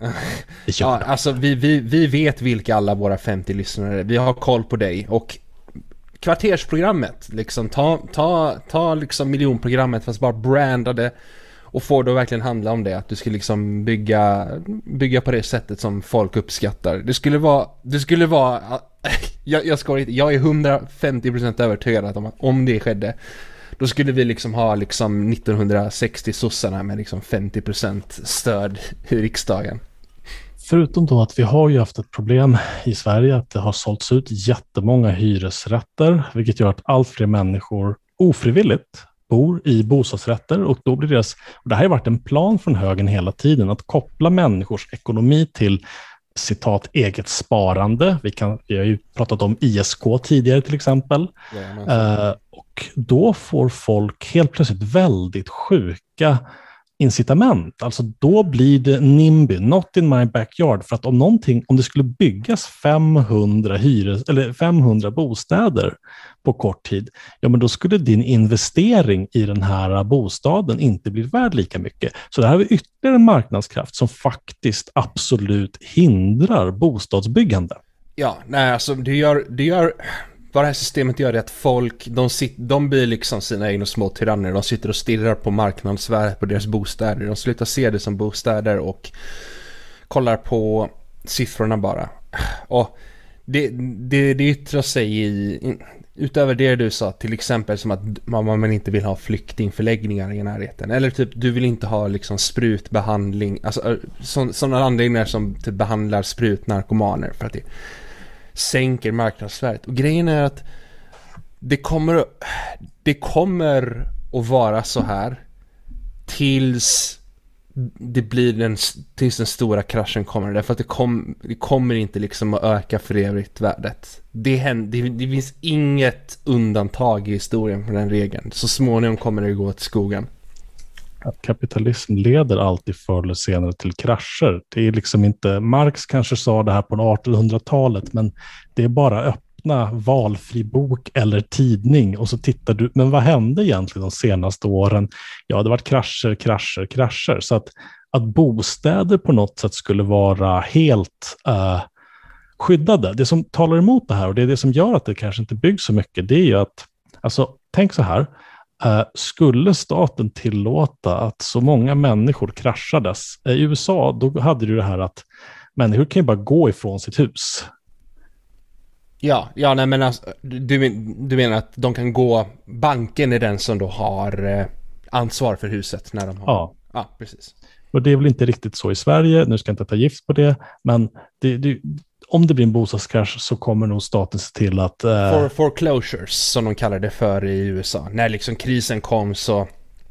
Ja, alltså vi, vi, vi vet vilka alla våra femtio lyssnare är. Vi har koll på dig. Och kvartersprogrammet, liksom, ta, ta, ta liksom miljonprogrammet fast bara brandade och får då verkligen handla om det, att du ska liksom bygga bygga på det sättet som folk uppskattar. Det skulle vara det skulle vara jag jag ska jag är hundrafemtio procent övertygad att om, om det skedde, då skulle vi liksom ha liksom nittonhundrasextio sossarna med liksom femtio procent stöd i riksdagen. Förutom då att vi har ju haft ett problem i Sverige att det har sålts ut jättemånga hyresrätter, vilket gör att allt fler människor ofrivilligt bor i bostadsrätter, och då blir deras, och det här har varit en plan från högern hela tiden, att koppla människors ekonomi till citat eget sparande. Vi, kan, vi har ju pratat om I S K tidigare till exempel. Ja, uh, och då får folk helt plötsligt väldigt sjuka incitament. Alltså då blir det NIMBY, not in my backyard, för att om någonting, om det skulle byggas femhundra hyres eller femhundra bostäder på kort tid, ja men då skulle din investering i den här bostaden inte bli värd lika mycket. Så det här är ytterligare en marknadskraft som faktiskt absolut hindrar bostadsbyggande. Ja, nej alltså det gör, det gör vad det här systemet gör är att folk, de, sit, de blir liksom sina egna små tyranner. De sitter och stirrar på marknadsvärdet på deras bostäder. De slutar se det som bostäder och kollar på siffrorna bara. Och det, det, det yttrar sig i... utöver det du sa, till exempel som att man, man inte vill ha flyktingförläggningar i närheten, eller typ du vill inte ha liksom sprutbehandling, alltså sådana anläggningar som typ behandlar sprutnarkomaner för att det sänker marknadsvärdet. Och grejen är att det kommer det kommer att vara så här tills det blir den, tills den stora kraschen kommer, därför att det, kom, det kommer inte liksom att öka för evigt värdet. Det, händer, det, det finns inget undantag i historien för den regeln. Så småningom kommer det gå till skogen. Att kapitalism leder alltid förr eller senare till krascher. Det är liksom inte, Marx kanske sa det här på artonhundratalet, men det är bara öppna valfri bok eller tidning och så tittar du, men vad hände egentligen de senaste åren? Ja, det har varit krascher, krascher, krascher. Så att, att bostäder på något sätt skulle vara helt uh, skyddade. Det som talar emot det här, och det är det som gör att det kanske inte byggs så mycket, det är ju att, alltså tänk så här, uh, skulle staten tillåta att så många människor kraschades? Uh, I U S A, då hade du det här att människor kan ju bara gå ifrån sitt hus. Ja, ja nej, men alltså, du, du menar att de kan gå, banken är den som då har eh, ansvar för huset när de har... Ja. Ja, precis. Och det är väl inte riktigt så i Sverige, nu ska jag inte ta gift på det, men det, det, om det blir en bostadskrasch så kommer nog staten se till att... Eh... For, foreclosures, som de kallar det för i U S A. När liksom krisen kom så,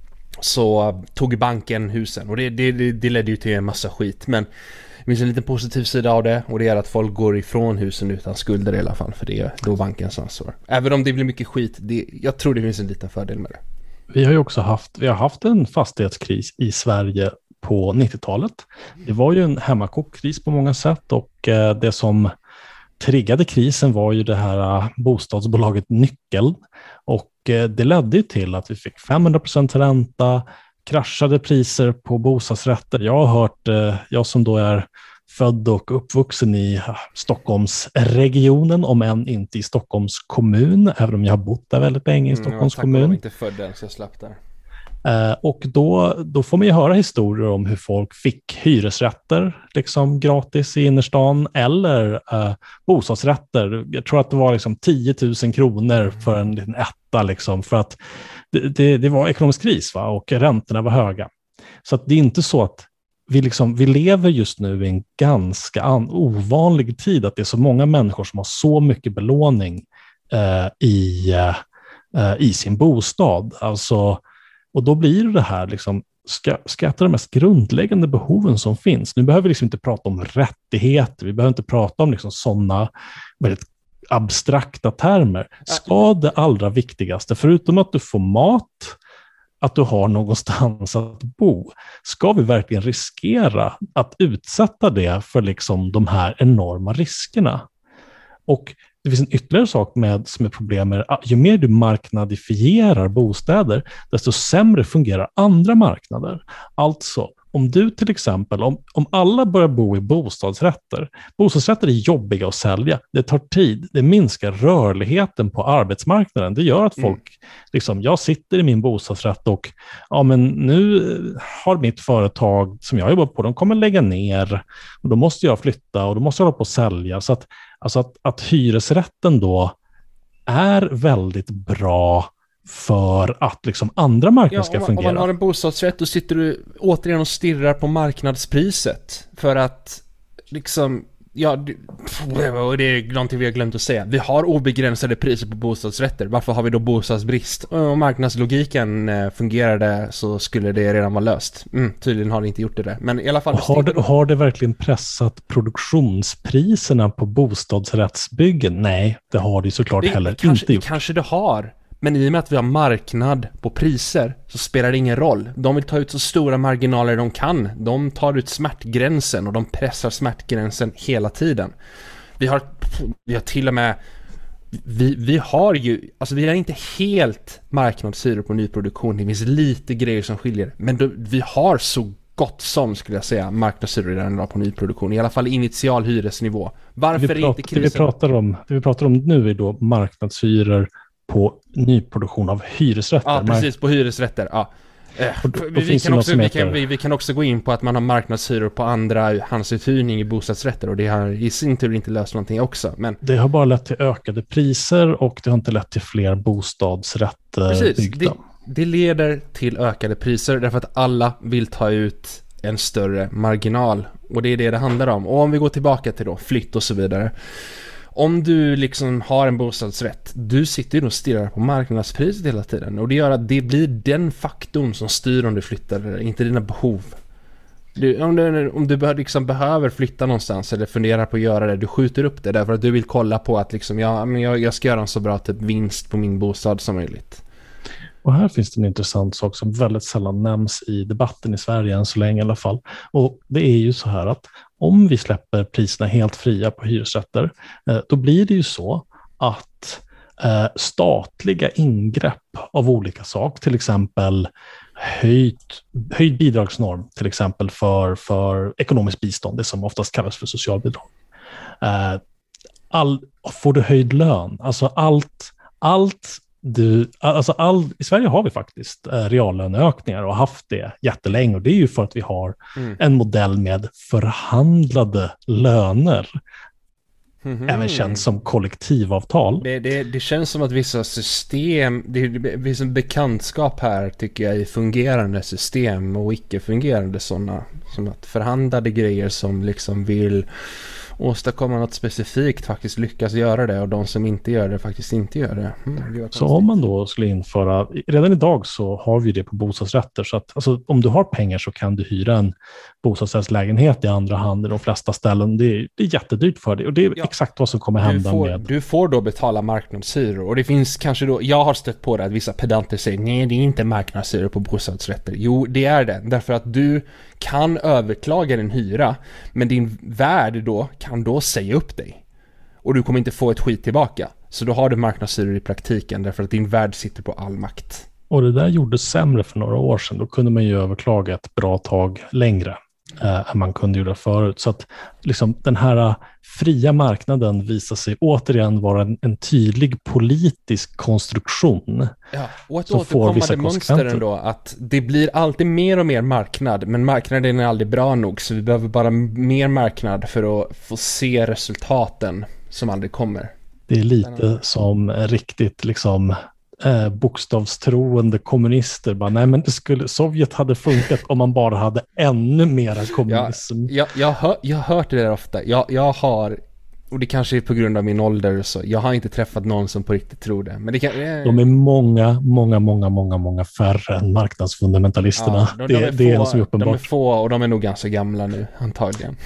så tog banken husen, och det, det, det ledde ju till en massa skit, men det finns en liten positiv sida av det, och det är att folk går ifrån husen utan skulder i alla fall, för det är då bankens ansvar. Även om det blir mycket skit, det, jag tror det finns en liten fördel med det. Vi har ju också haft, vi har haft en fastighetskris i Sverige på nittiotalet. Det var ju en hemmakokris på många sätt, och eh, det som triggade krisen var ju det här uh, bostadsbolaget Nyckel, och eh, det ledde till att vi fick femhundra procent ränta, kraschade priser på bostadsrätter. Jag har hört, eh, jag som då är född och uppvuxen i uh, Stockholmsregionen, om än inte i Stockholms kommun, även om jag har bott där väldigt länge i Stockholms mm, jag kommun. Jag inte född än, så jag slapp där. Eh, och då, då får man ju höra historier om hur folk fick hyresrätter liksom gratis i innerstan, eller eh, bostadsrätter. Jag tror att det var liksom tio tusen kronor för en liten etta, liksom, för att det, det, det var ekonomisk kris, va? Och räntorna var höga. Så att det är inte så att vi, liksom, vi lever just nu i en ganska an, ovanlig tid, att det är så många människor som har så mycket belåning eh, i, eh, i sin bostad. Alltså, och då blir det här, liksom, ska, ska äta de mest grundläggande behoven som finns. Nu behöver vi liksom inte prata om rättigheter, vi behöver inte prata om liksom sådana väldigt abstrakta termer. Ska det allra viktigaste, förutom att du får mat, att du har någonstans att bo, ska vi verkligen riskera att utsätta det för liksom de här enorma riskerna? Och det finns en ytterligare sak med, som är problem med, ju mer du marknadifierar bostäder, desto sämre fungerar andra marknader. Alltså, om du till exempel, om, om alla börjar bo i bostadsrätter, bostadsrätter är jobbiga att sälja, det tar tid, det minskar rörligheten på arbetsmarknaden, det gör att folk, mm. liksom, jag sitter i min bostadsrätt och ja, men nu har mitt företag som jag jobbar på, de kommer lägga ner, och då måste jag flytta och då måste jag hålla på att sälja. Så att, alltså att, att hyresrätten då är väldigt bra för att liksom andra marknader ska ja, fungera. Om man har en bostadsrätt, då sitter du återigen och stirrar på marknadspriset. För att liksom, ja, det, det är någonting vi har glömt att säga. Vi har obegränsade priser på bostadsrätter. Varför har vi då bostadsbrist? Om marknadslogiken fungerade så skulle det redan vara löst. Mm, tydligen har det inte gjort det där. Men i alla fall... Har det, har det verkligen pressat produktionspriserna på bostadsrättsbyggen? Nej, det har det såklart det, heller kanske, inte gjort. Kanske det har. Men i och med att vi har marknad på priser så spelar det ingen roll. De vill ta ut så stora marginaler de kan. De tar ut smärtgränsen och de pressar smärtgränsen hela tiden. Vi har, vi har till och med... Vi, vi har ju... Alltså vi har inte helt marknadshyror på nyproduktion. Det finns lite grejer som skiljer. Men då, vi har så gott som, skulle jag säga, marknadshyror redan på nyproduktion. I alla fall initial hyresnivå. Varför vi är inte krisen... Det vi pratar om, det vi pratar om nu är då marknadshyror på nyproduktion av hyresrätter. Ja, precis, på hyresrätter, ja. Och då, då vi, kan också, vi, kan, vi, vi kan också gå in på att man har marknadshyror på andra handsuthyrning i bostadsrätter, och det har i sin tur inte löst någonting också. Men det har bara lett till ökade priser och det har inte lett till fler bostadsrätter Precis, byggda. Det, det leder till ökade priser därför att alla vill ta ut en större marginal, och det är det det handlar om. Och om vi går tillbaka till då flytt och så vidare. Om du liksom har en bostadsrätt, du sitter ju och stirrar på marknadspriset hela tiden, och det gör att det blir den faktorn som styr om du flyttar eller inte, dina behov. Du, om du, om du liksom behöver flytta någonstans eller funderar på att göra det, du skjuter upp det därför att du vill kolla på att liksom, ja, men jag, jag ska göra en så bra typ vinst på min bostad som möjligt. Och här finns det en intressant sak som väldigt sällan nämns i debatten i Sverige än så länge i alla fall. Och det är ju så här att om vi släpper priserna helt fria på hyresrätter, då blir det ju så att statliga ingrepp av olika sak, till exempel höjd, höjd bidragsnorm, till exempel för, för ekonomiskt bistånd, det som oftast kallas för socialbidrag. All, får du höjd lön, alltså allt, allt Du, alltså all, i Sverige har vi faktiskt eh, reallöneökningar och haft det jättelänge, och det är ju för att vi har mm. en modell med förhandlade löner, mm-hmm. även känns som kollektivavtal. Det, det, det känns som att vissa system, det, det finns en bekantskap här tycker jag i fungerande system och icke-fungerande sådana, som att förhandlade grejer som liksom vill åstadkomma något specifikt faktiskt lyckas göra det, och de som inte gör det faktiskt inte gör det. Mm, så om man då skulle införa, redan idag så har vi det på bostadsrätter, så att alltså, om du har pengar så kan du hyra en bostadsrättslägenhet i andra hand i de flesta ställen. Det är, det är jättedyrt för dig, och det är ja. exakt vad som kommer hända du får, med. Du får då betala marknadshyror, och det finns kanske då, jag har stött på det att vissa pedanter säger nej, det är inte marknadshyror på bostadsrätter. Jo, det är det, därför att du kan överklaga din hyra, men din värd då kan då säga upp dig. Och du kommer inte få ett skit tillbaka. Så då har du marknadshyror i praktiken, därför att din värd sitter på all makt. Och det där gjordes sämre för några år sedan. Då kunde man ju överklaga ett bra tag längre eh, än man kunde göra förut. Så att liksom, den här fria marknaden visar sig återigen vara en, en tydlig politisk konstruktion. Ja, och ett återkommande mönster ändå, att det blir alltid mer och mer marknad, men marknaden är aldrig bra nog, så vi behöver bara mer marknad för att få se resultaten som aldrig kommer. Det är lite som riktigt liksom eh, bokstavstroende kommunister. Bara, nej, men det skulle, Sovjet hade funkat om man bara hade ännu mera kommunism. Ja, jag, jag, hör, jag har hört det där ofta. Jag, jag har, och det kanske är på grund av min ålder så, jag har inte träffat någon som på riktigt tror det. Men det kan, eh. De är många, många, många, många, många färre än marknadsfundamentalisterna. Ja, de, de det, är det är få, något som är uppenbart. De är få, och de är nog ganska gamla nu, antagligen.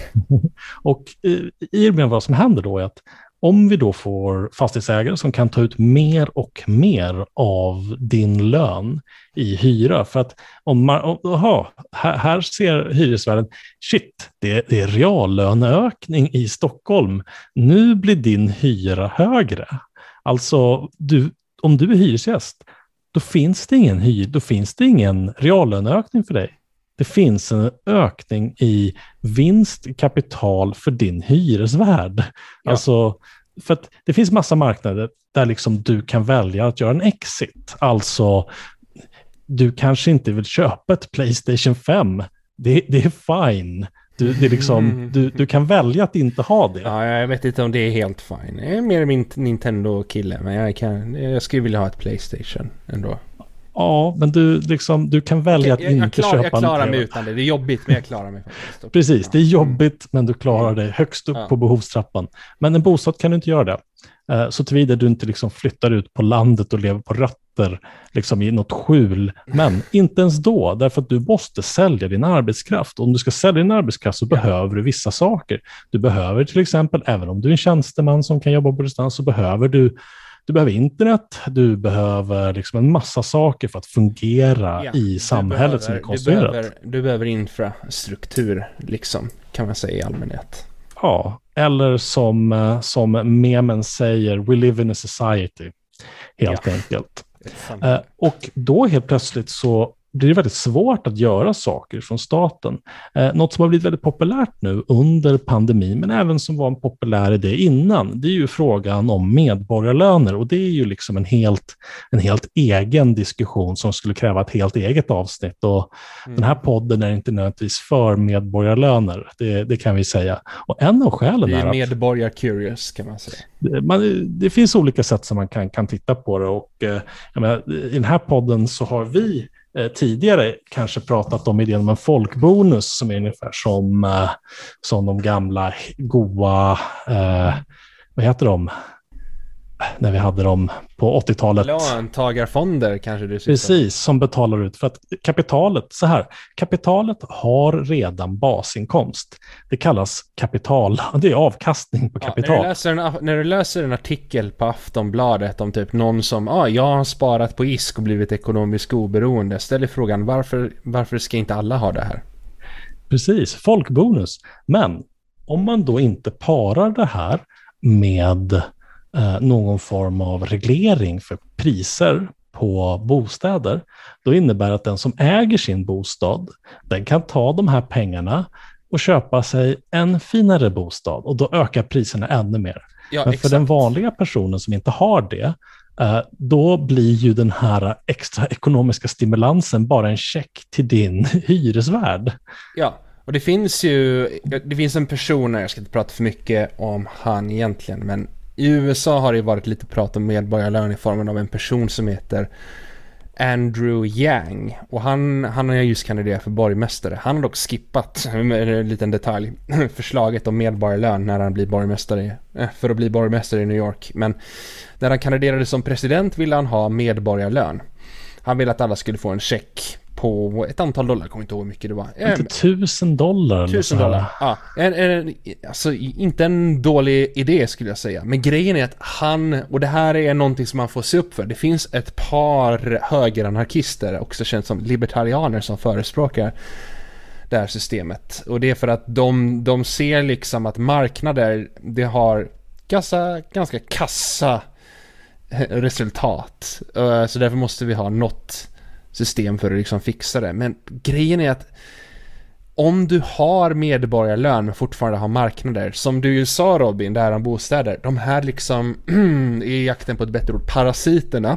Och i, i och med vad som händer då är att om vi då får fastighetsägare som kan ta ut mer och mer av din lön i hyra, för att om man, aha, här, här ser hyresvärden, shit, det, det är reallöneökning i Stockholm, nu blir din hyra högre. Alltså, du, om du är hyresgäst, då finns det ingen hyr, då finns det ingen reallöneökning för dig. Det finns en ökning i vinstkapital för din hyresvärd. Ja. Alltså, för att det finns massa marknader där liksom du kan välja att göra en exit. Alltså, du kanske inte vill köpa ett PlayStation fem. Det, det är fine. Du, det är liksom, du, du kan välja att inte ha det. Ja, jag vet inte om det är helt fine. Jag är mer min Nintendo-kille, men jag, kan, jag skulle vilja ha ett PlayStation ändå. Ja, men du, liksom, du kan välja okay, att jag, inte jag klar, köpa jag en klarar mig utan det. Det är jobbigt, men jag klarar mig faktiskt. Precis, det är jobbigt, men du klarar dig högst upp ja. på behovstrappan. Men en bostad kan du inte göra det. Så tillvida du inte liksom flyttar ut på landet och lever på rötter liksom i något skjul. Men inte ens då, därför att du måste sälja din arbetskraft. Om du ska sälja din arbetskraft så ja. behöver du vissa saker. Du behöver till exempel, även om du är en tjänsteman som kan jobba på distans, så behöver du Du behöver internet, du behöver liksom en massa saker för att fungera ja, i samhället behöver, som är konstruerat. Du behöver, du behöver infrastruktur, liksom, kan man säga i allmänhet. Ja, eller som, som memen säger, we live in a society, helt ja. enkelt. Uh, och då helt plötsligt så blir det väldigt svårt att göra saker från staten. Eh, något som har blivit väldigt populärt nu under pandemin, men även som var en populär idé innan, det är ju frågan om medborgarlöner, och det är ju liksom en helt, en helt egen diskussion som skulle kräva ett helt eget avsnitt, och mm. den här podden är inte nödvändigtvis för medborgarlöner, det, det kan vi säga. Och en av skälen är att medborgar-curious kan man säga. Det, man, det finns olika sätt som man kan, kan titta på det, och eh, jag menar, i den här podden så har vi eh, tidigare kanske pratat om idén om en folkbonus som är ungefär som, eh, som de gamla goa, eh, vad heter de, när vi hade dem på åttiotalet. Löntagarfonder kanske du syftar. Precis, som betalar ut för att kapitalet, så här, kapitalet har redan basinkomst. Det kallas kapital, det är avkastning på kapital. Ja, när, du läser en, när du läser en artikel på Aftonbladet om typ någon som, ja, ah, jag har sparat på I S K och blivit ekonomiskt oberoende, ställer frågan, varför, varför ska inte alla ha det här? Precis, folkbonus. Men om man då inte parar det här med Eh, någon form av reglering för priser på bostäder, då innebär att den som äger sin bostad, den kan ta de här pengarna och köpa sig en finare bostad, och då ökar priserna ännu mer. Ja, Men exakt. för den vanliga personen som inte har det, eh, då blir ju den här extra ekonomiska stimulansen bara en check till din hyresvärd. Ja, och det finns ju, det finns en person, jag ska inte prata för mycket om han egentligen, men i U S A har det varit lite prat om medborgarlön i formen av en person som heter Andrew Yang. Och han, han har just kandiderat för borgmästare. Han har dock skippat, med en liten detalj, förslaget om medborgarlön när han blir borgmästare, för att bli borgmästare i New York. Men när han kandiderade som president ville han ha medborgarlön. Han ville att alla skulle få en check på ett antal dollar, jag kommer inte ihåg hur mycket det var. Inte tusen dollar. Tusen dollar, ja. En, en, alltså inte en dålig idé skulle jag säga. Men grejen är att han, och det här är någonting som man får se upp för. Det finns ett par högeranarkister, också känt som libertarianer, som förespråkar det här systemet. Och det är för att de, de ser liksom att marknader, det har ganska, ganska kassa resultat. Så därför måste vi ha något system för att liksom fixa det. Men grejen är att om du har medborgarlön men fortfarande har marknader, som du ju sa Robin, där om bostäder, de här liksom i jakten på ett bättre ord, parasiterna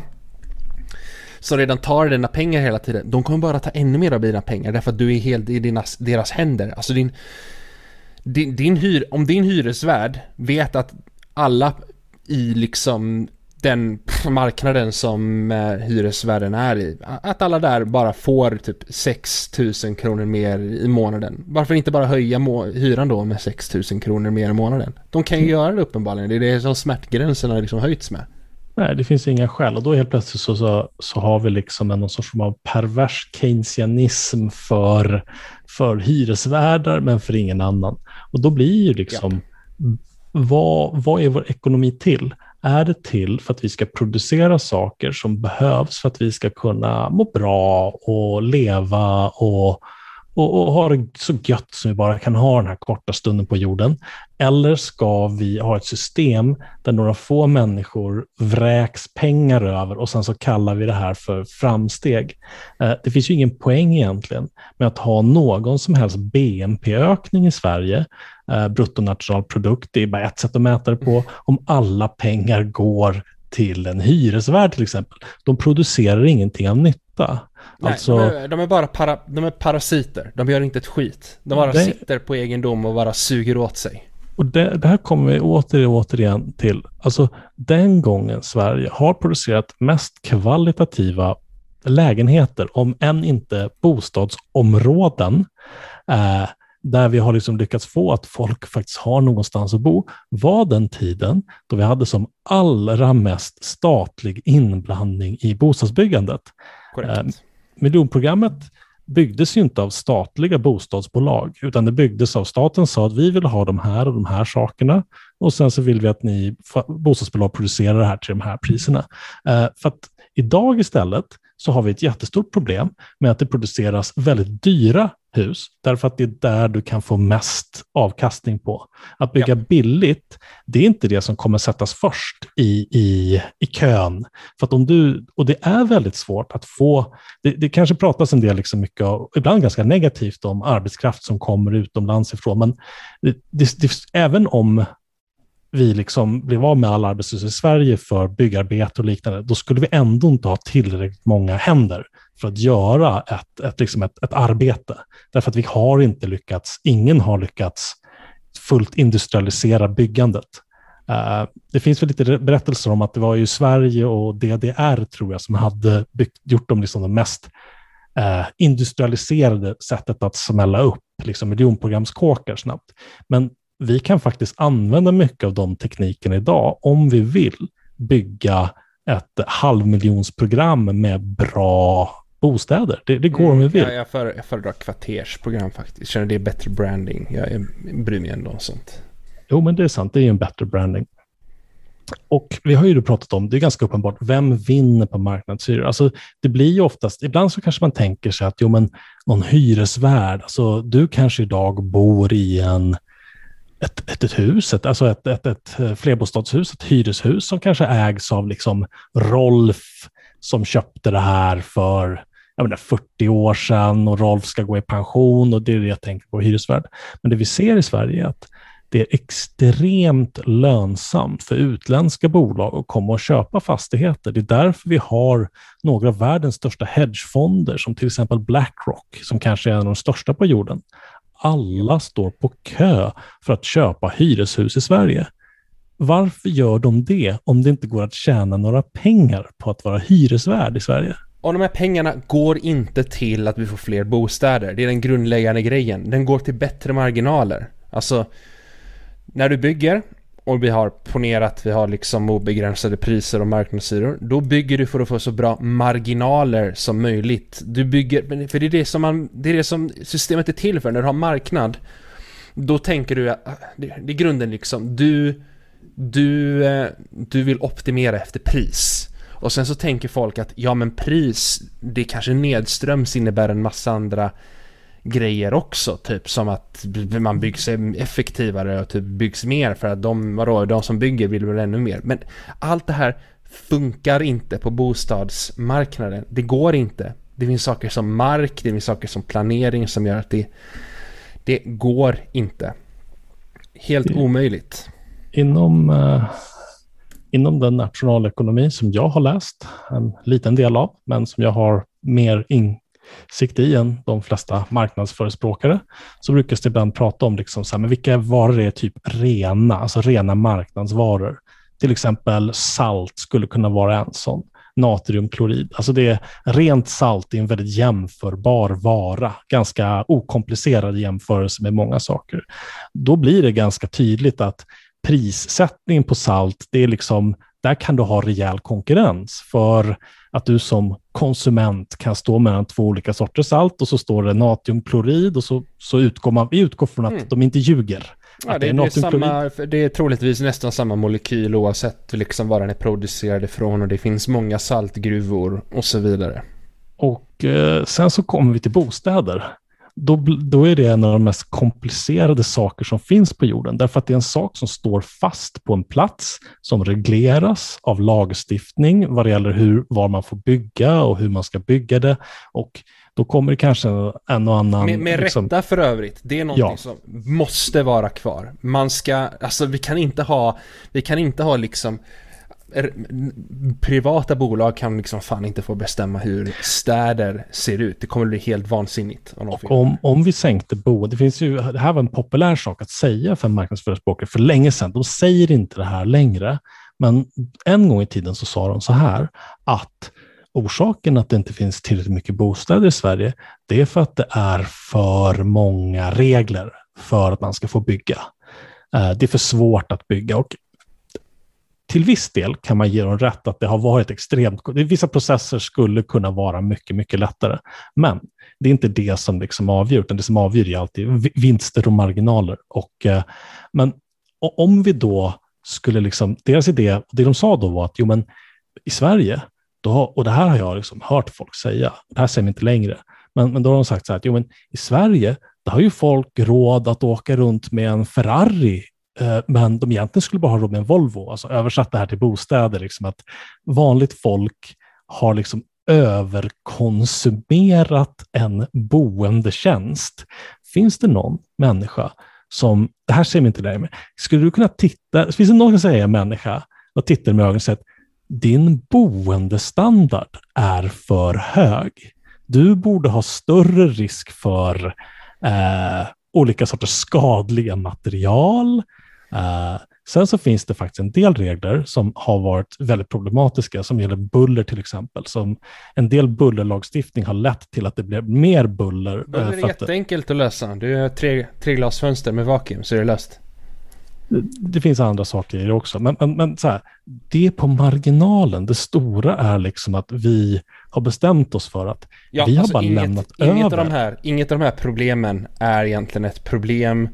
som redan tar dina pengar hela tiden, de kommer bara ta ännu mer av dina pengar därför att du är helt i dina, deras händer. Alltså din, din, din hyr, om din hyresvärd vet att alla i liksom den marknaden som eh, hyresvärden är i, att alla där bara får typ sex tusen kronor mer i månaden. Varför inte bara höja må- hyran då med sex tusen kronor mer i månaden? De kan ju mm. göra det uppenbarligen. Det är det som smärtgränserna liksom höjts med. Nej, det finns inga skäl. Och då helt plötsligt så, så, så har vi liksom en någon sorts av pervers keynesianism för, för hyresvärdar, men för ingen annan. Och då blir ju liksom, ja. vad, vad är vår ekonomi till? Är det till för att vi ska producera saker som behövs för att vi ska kunna må bra och leva och, och, och ha det så gött som vi bara kan ha den här korta stunden på jorden? Eller ska vi ha ett system där några få människor vräks pengar över och sen så kallar vi det här för framsteg? Det finns ju ingen poäng egentligen med att ha någon som helst B N P-ökning i Sverige. Bruttonationalprodukt, det är bara ett sätt att mäta det på. Om alla pengar går till en hyresvärd till exempel, de producerar ingenting av nytta. Nej, alltså, de, är, de är bara para, de är parasiter, de gör inte ett skit. De bara det, sitter på egendom och bara suger åt sig. Och det, det här kommer vi åter, återigen till. Alltså den gången Sverige har producerat mest kvalitativa lägenheter, om än inte bostadsområden, eh, där vi har liksom lyckats få att folk faktiskt har någonstans att bo, var den tiden då vi hade som allra mest statlig inblandning i bostadsbyggandet. Korrekt. Eh, miljonprogrammet byggdes ju inte av statliga bostadsbolag, utan det byggdes av staten sa att vi vill ha de här och de här sakerna, och sen så vill vi att ni bostadsbolag producerar det här till de här priserna. Eh, för att Idag istället så har vi ett jättestort problem med att det produceras väldigt dyra hus, därför att det är där du kan få mest avkastning på. Att bygga ja. billigt, det är inte det som kommer sättas först i, i, i kön. För att om du, och det är väldigt svårt att få, det, det kanske pratas en del liksom mycket, och ibland ganska negativt om arbetskraft som kommer utomlands ifrån, men det, det, det, även om vi liksom blev av med all arbetslöshet i Sverige för byggarbete och liknande, då skulle vi ändå inte ha tillräckligt många händer för att göra ett, ett, liksom ett, ett arbete. Därför att vi har inte lyckats, ingen har lyckats fullt industrialisera byggandet. Uh, det finns väl lite berättelser om att det var ju Sverige och D D R, tror jag, som hade byggt, gjort dem liksom de mest uh, industrialiserade sättet att smälla upp liksom miljonprogramskåkar snabbt. Men vi kan faktiskt använda mycket av de teknikerna idag om vi vill bygga ett halvmiljonsprogram med bra bostäder. Det, det går mm, om vi vill. Ja, jag, för, jag föredrar kvartersprogram faktiskt. Jag känner det är bättre branding. Jag, jag bryr mig ändå om sånt. Jo, men det är sant. Det är ju en bättre branding. Och vi har ju pratat om, det är ganska uppenbart, vem vinner på marknadshyror? Alltså det blir ju oftast, ibland så kanske man tänker sig att jo men någon hyresvärd, alltså du kanske idag bor i en Ett, ett, ett hus, ett, alltså ett, ett, ett flerbostadshus, ett hyreshus som kanske ägs av liksom Rolf som köpte det här för jag menar, fyrtio år sedan och Rolf ska gå i pension och det är det jag tänker på hyresvärd. Men det vi ser i Sverige är att det är extremt lönsamt för utländska bolag att komma och köpa fastigheter. Det är därför vi har några av världens största hedgefonder som till exempel BlackRock, som kanske är en av de största på jorden. Alla står på kö för att köpa hyreshus i Sverige. Varför gör de det om det inte går att tjäna några pengar på att vara hyresvärd i Sverige? Och de här pengarna går inte till att vi får fler bostäder. Det är den grundläggande grejen. Den går till bättre marginaler. Alltså, när du bygger och vi har ponerat, vi har liksom obegränsade priser och marknadshyror, då bygger du för att få så bra marginaler som möjligt. Du bygger, för det är det som, man, det är det som systemet är till för. När du har marknad, då tänker du att det, det är grunden liksom, du, du, du vill optimera efter pris. Och sen så tänker folk att ja men pris, det kanske nedströms innebär en massa andra grejer också, typ som att man byggs effektivare och typ byggs mer för att de, vadå, de som bygger vill väl ännu mer. Men allt det här funkar inte på bostadsmarknaden. Det går inte. Det finns saker som mark, det finns saker som planering som gör att det, det går inte. Helt det, omöjligt. Inom, uh, inom den nationalekonomi som jag har läst en liten del av, men som jag har mer in sikt i än de flesta marknadsförespråkare, så brukar det ibland prata om liksom så här, men vilka varor är typ rena, alltså rena marknadsvaror. Till exempel salt skulle kunna vara en sån. Natriumklorid. Alltså det är rent salt, är en väldigt jämförbar vara. Ganska okomplicerad jämförelse med många saker. Då blir det ganska tydligt att prissättningen på salt, det är liksom, där kan du ha rejäl konkurrens för att du som konsument kan stå mellan två olika sorters salt och så står det natriumklorid och så, så utgår man, vi utgår från att mm. de inte ljuger. Ja, det, det, är samma, det är troligtvis nästan samma molekyl oavsett liksom var den är producerad ifrån och det finns många saltgruvor och så vidare. Och eh, sen så kommer vi till bostäder. Då, då är det en av de mest komplicerade saker som finns på jorden. Därför att det är en sak som står fast på en plats som regleras av lagstiftning vad det gäller hur, var man får bygga och hur man ska bygga det. Och då kommer det kanske en och annan... Med, med liksom, rätta för övrigt. Det är någonting ja. som måste vara kvar. Man ska... Alltså vi kan inte ha... Vi kan inte ha liksom... Privata bolag kan liksom fan inte få bestämma hur städer ser ut. Det kommer bli helt vansinnigt. Om, om, om vi sänkte boende, det finns ju, det här var en populär sak att säga för marknadsförespråkare för länge sedan. De säger inte det här längre, men en gång i tiden så sa de så här att orsaken att det inte finns tillräckligt mycket bostäder i Sverige, det är för att det är för många regler för att man ska få bygga. Det är för svårt att bygga och till viss del kan man ge dem rätt att det har varit extremt... Vissa processer skulle kunna vara mycket, mycket lättare. Men det är inte det som liksom avgör, utan det som avgör är alltid vinster och marginaler. Och, men om vi då skulle liksom... Deras idé, det de sa då var att jo, men i Sverige, då, och det här har jag liksom hört folk säga, det här säger vi inte längre, men, men då har de sagt så här att jo, men i Sverige, där har ju folk råd att åka runt med en Ferrari, eh, men de egentligen skulle bara ha råd med en Volvo. Alltså översatt det här till bostäder, liksom att vanligt folk har liksom överkonsumerat en boendetjänst. Finns det någon människa som, det här säger vi inte längre, skulle du kunna titta, finns det någon som säger en människa och tittar med ögonen och säger att din boendestandard är för hög. Du borde ha större risk för eh, olika sorters skadliga material. Eh, sen så finns det faktiskt en del regler som har varit väldigt problematiska som gäller buller till exempel. Som en del bullerlagstiftning har lett till att det blir mer buller. Då är det jätteenkelt att lösa. Du har tre, tre glasfönster med vakuum så är det löst. Det, det finns andra saker i det också. Men, men, men så här, det är på marginalen. Det stora är liksom att vi har bestämt oss för att ja, vi alltså har bara inget, lämnat inget över. Av de här, inget av de här problemen är egentligen ett problem.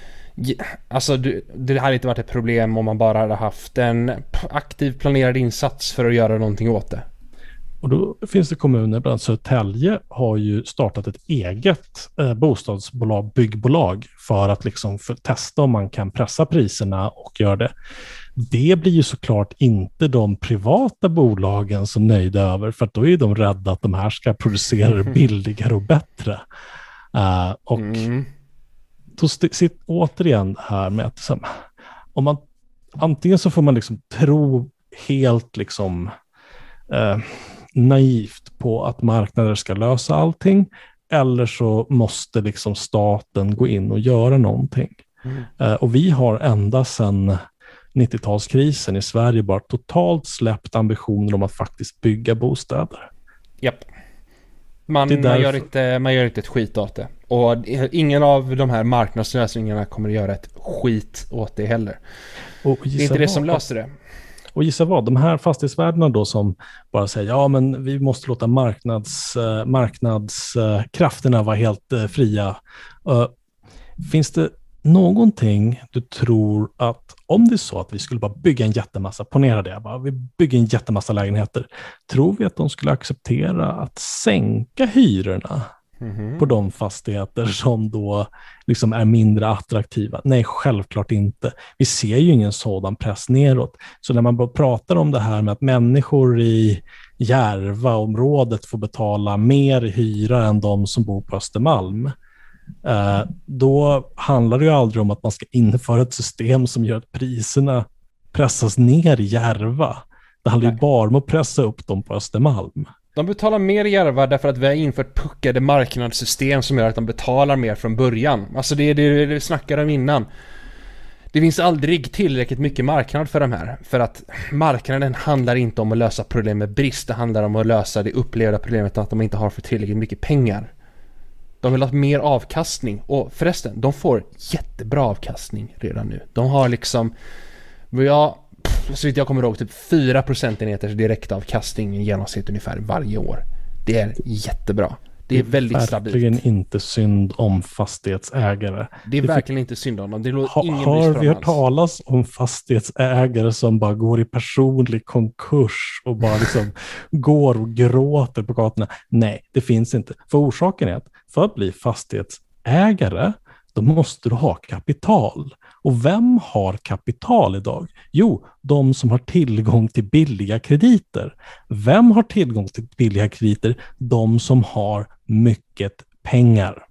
Alltså det, det hade inte varit ett problem om man bara hade haft en aktiv planerad insats för att göra någonting åt det. Och då finns det kommuner, bland annat Södertälje har ju startat ett eget eh, bostadsbolag, byggbolag för att liksom för testa om man kan pressa priserna och göra det. Det blir ju såklart inte de privata bolagen så nöjda över, för att då är de rädda att de här ska producera billigare och bättre. Uh, och mm. då sitter återigen här med att så, om man antingen så får man liksom tro helt liksom uh, naivt på att marknader ska lösa allting, eller så måste liksom staten gå in och göra någonting. Mm. Uh, och vi har ända sedan nittiotalskrisen i Sverige bara totalt släppt ambitioner om att faktiskt bygga bostäder. Japp. Man, därför... man, gör inte, man gör inte ett skit åt det. Och ingen av de här marknadslösningarna kommer att göra ett skit åt det heller. Och det är inte det som löser det. Och gissa vad, de här fastighetsvärdena då som bara säger ja men vi måste låta marknads, uh, marknadskrafterna uh, vara helt uh, fria. Uh, finns det någonting du tror att om det är så att vi skulle bara bygga en jättemassa, ponera det, bara, vi bygger en jättemassa lägenheter, tror vi att de skulle acceptera att sänka hyrorna mm-hmm. på de fastigheter som då liksom är mindre attraktiva? Nej, självklart inte. Vi ser ju ingen sådan press neråt. Så när man bara pratar om det här med att människor i Järvaområdet får betala mer hyra än de som bor på Östermalm, Uh, då handlar det ju aldrig om att man ska införa ett system som gör att priserna pressas ner i Järva. Det handlar Nej. ju bara om att pressa upp dem på Östermalm. De betalar mer i Järva därför att vi har infört puckade marknadssystem som gör att de betalar mer från början. Alltså det är det vi snackade om innan. Det finns aldrig tillräckligt mycket marknad för de här. För att marknaden handlar inte om att lösa problem med brist. Det handlar om att lösa det upplevda problemet att de inte har för tillräckligt mycket pengar. De vill ha mer avkastning. Och förresten, de får jättebra avkastning redan nu. De har liksom, ja, så vitt jag kommer ihåg, typ fyra procentenheters direktavkastning i genomsnitt ungefär varje år. Det är jättebra. Det är väldigt stabilt. Det är verkligen inte synd om fastighetsägare. Det är det verkligen inte synd om dem. Det låter ha, ingen har vi hört talas om fastighetsägare som bara går i personlig konkurs och bara liksom går och gråter på gatorna? Nej, det finns inte. För orsaken är att för att bli fastighetsägare, då måste du ha kapital. Och vem har kapital idag? Jo, de som har tillgång till billiga krediter. Vem har tillgång till billiga krediter? De som har mycket pengar.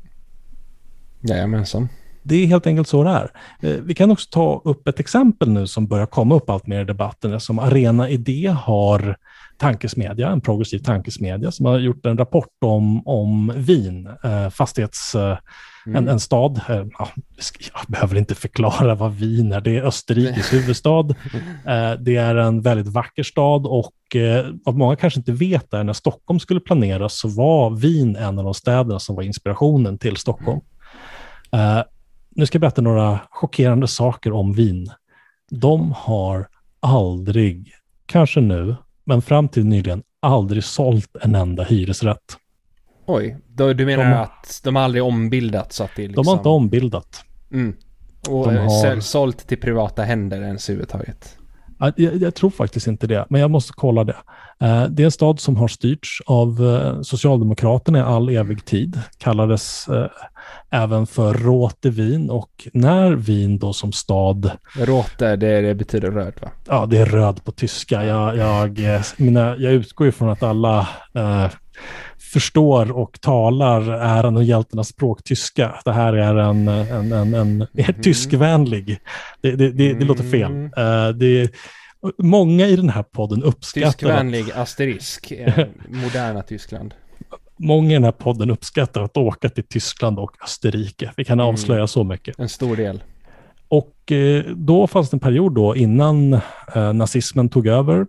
Jajamensan. Det är helt enkelt så det är. Vi kan också ta upp ett exempel nu som börjar komma upp allt mer i debatten, som Arena Idé har tankesmedja, en progressiv tankesmedja som har gjort en rapport om, om Wien, eh, fastighets... Eh, mm. en, en stad. Eh, ja, jag behöver inte förklara vad Wien är. Det är Österrikes huvudstad. Eh, det är en väldigt vacker stad och eh, vad många kanske inte vet är när Stockholm skulle planeras så var Wien en av de städerna som var inspirationen till Stockholm. Eh, nu ska jag berätta några chockerande saker om Wien. De har aldrig, kanske nu, men fram till nyligen aldrig sålt en enda hyresrätt. Oj, då, du menar de, att de aldrig ombildat så att det liksom... De har inte ombildat. Mm. Och de har sålt till privata händer ens överhuvudtaget. Jag, jag tror faktiskt inte det, men jag måste kolla det. Eh, det är en stad som har styrts av eh, Socialdemokraterna i all evig tid. Kallades eh, även för Rote Wien, och när Wien då som stad... Rote, det, det betyder röd, va? Ja, det är röd på tyska. Jag, jag, mina, jag utgår ifrån att alla eh, förstår och talar äran och hjältarnas språk tyska. Det här är en, en, en, en mm. tyskvänlig. Det, det, det, det låter fel. Uh, det, många i den här podden uppskattar... Tyskvänlig att, asterisk. Eh, moderna Tyskland. Många i den här podden uppskattar att åka till Tyskland och Österrike. Vi kan avslöja mm. så mycket. En stor del. Och eh, då fanns det en period då innan eh, nazismen tog över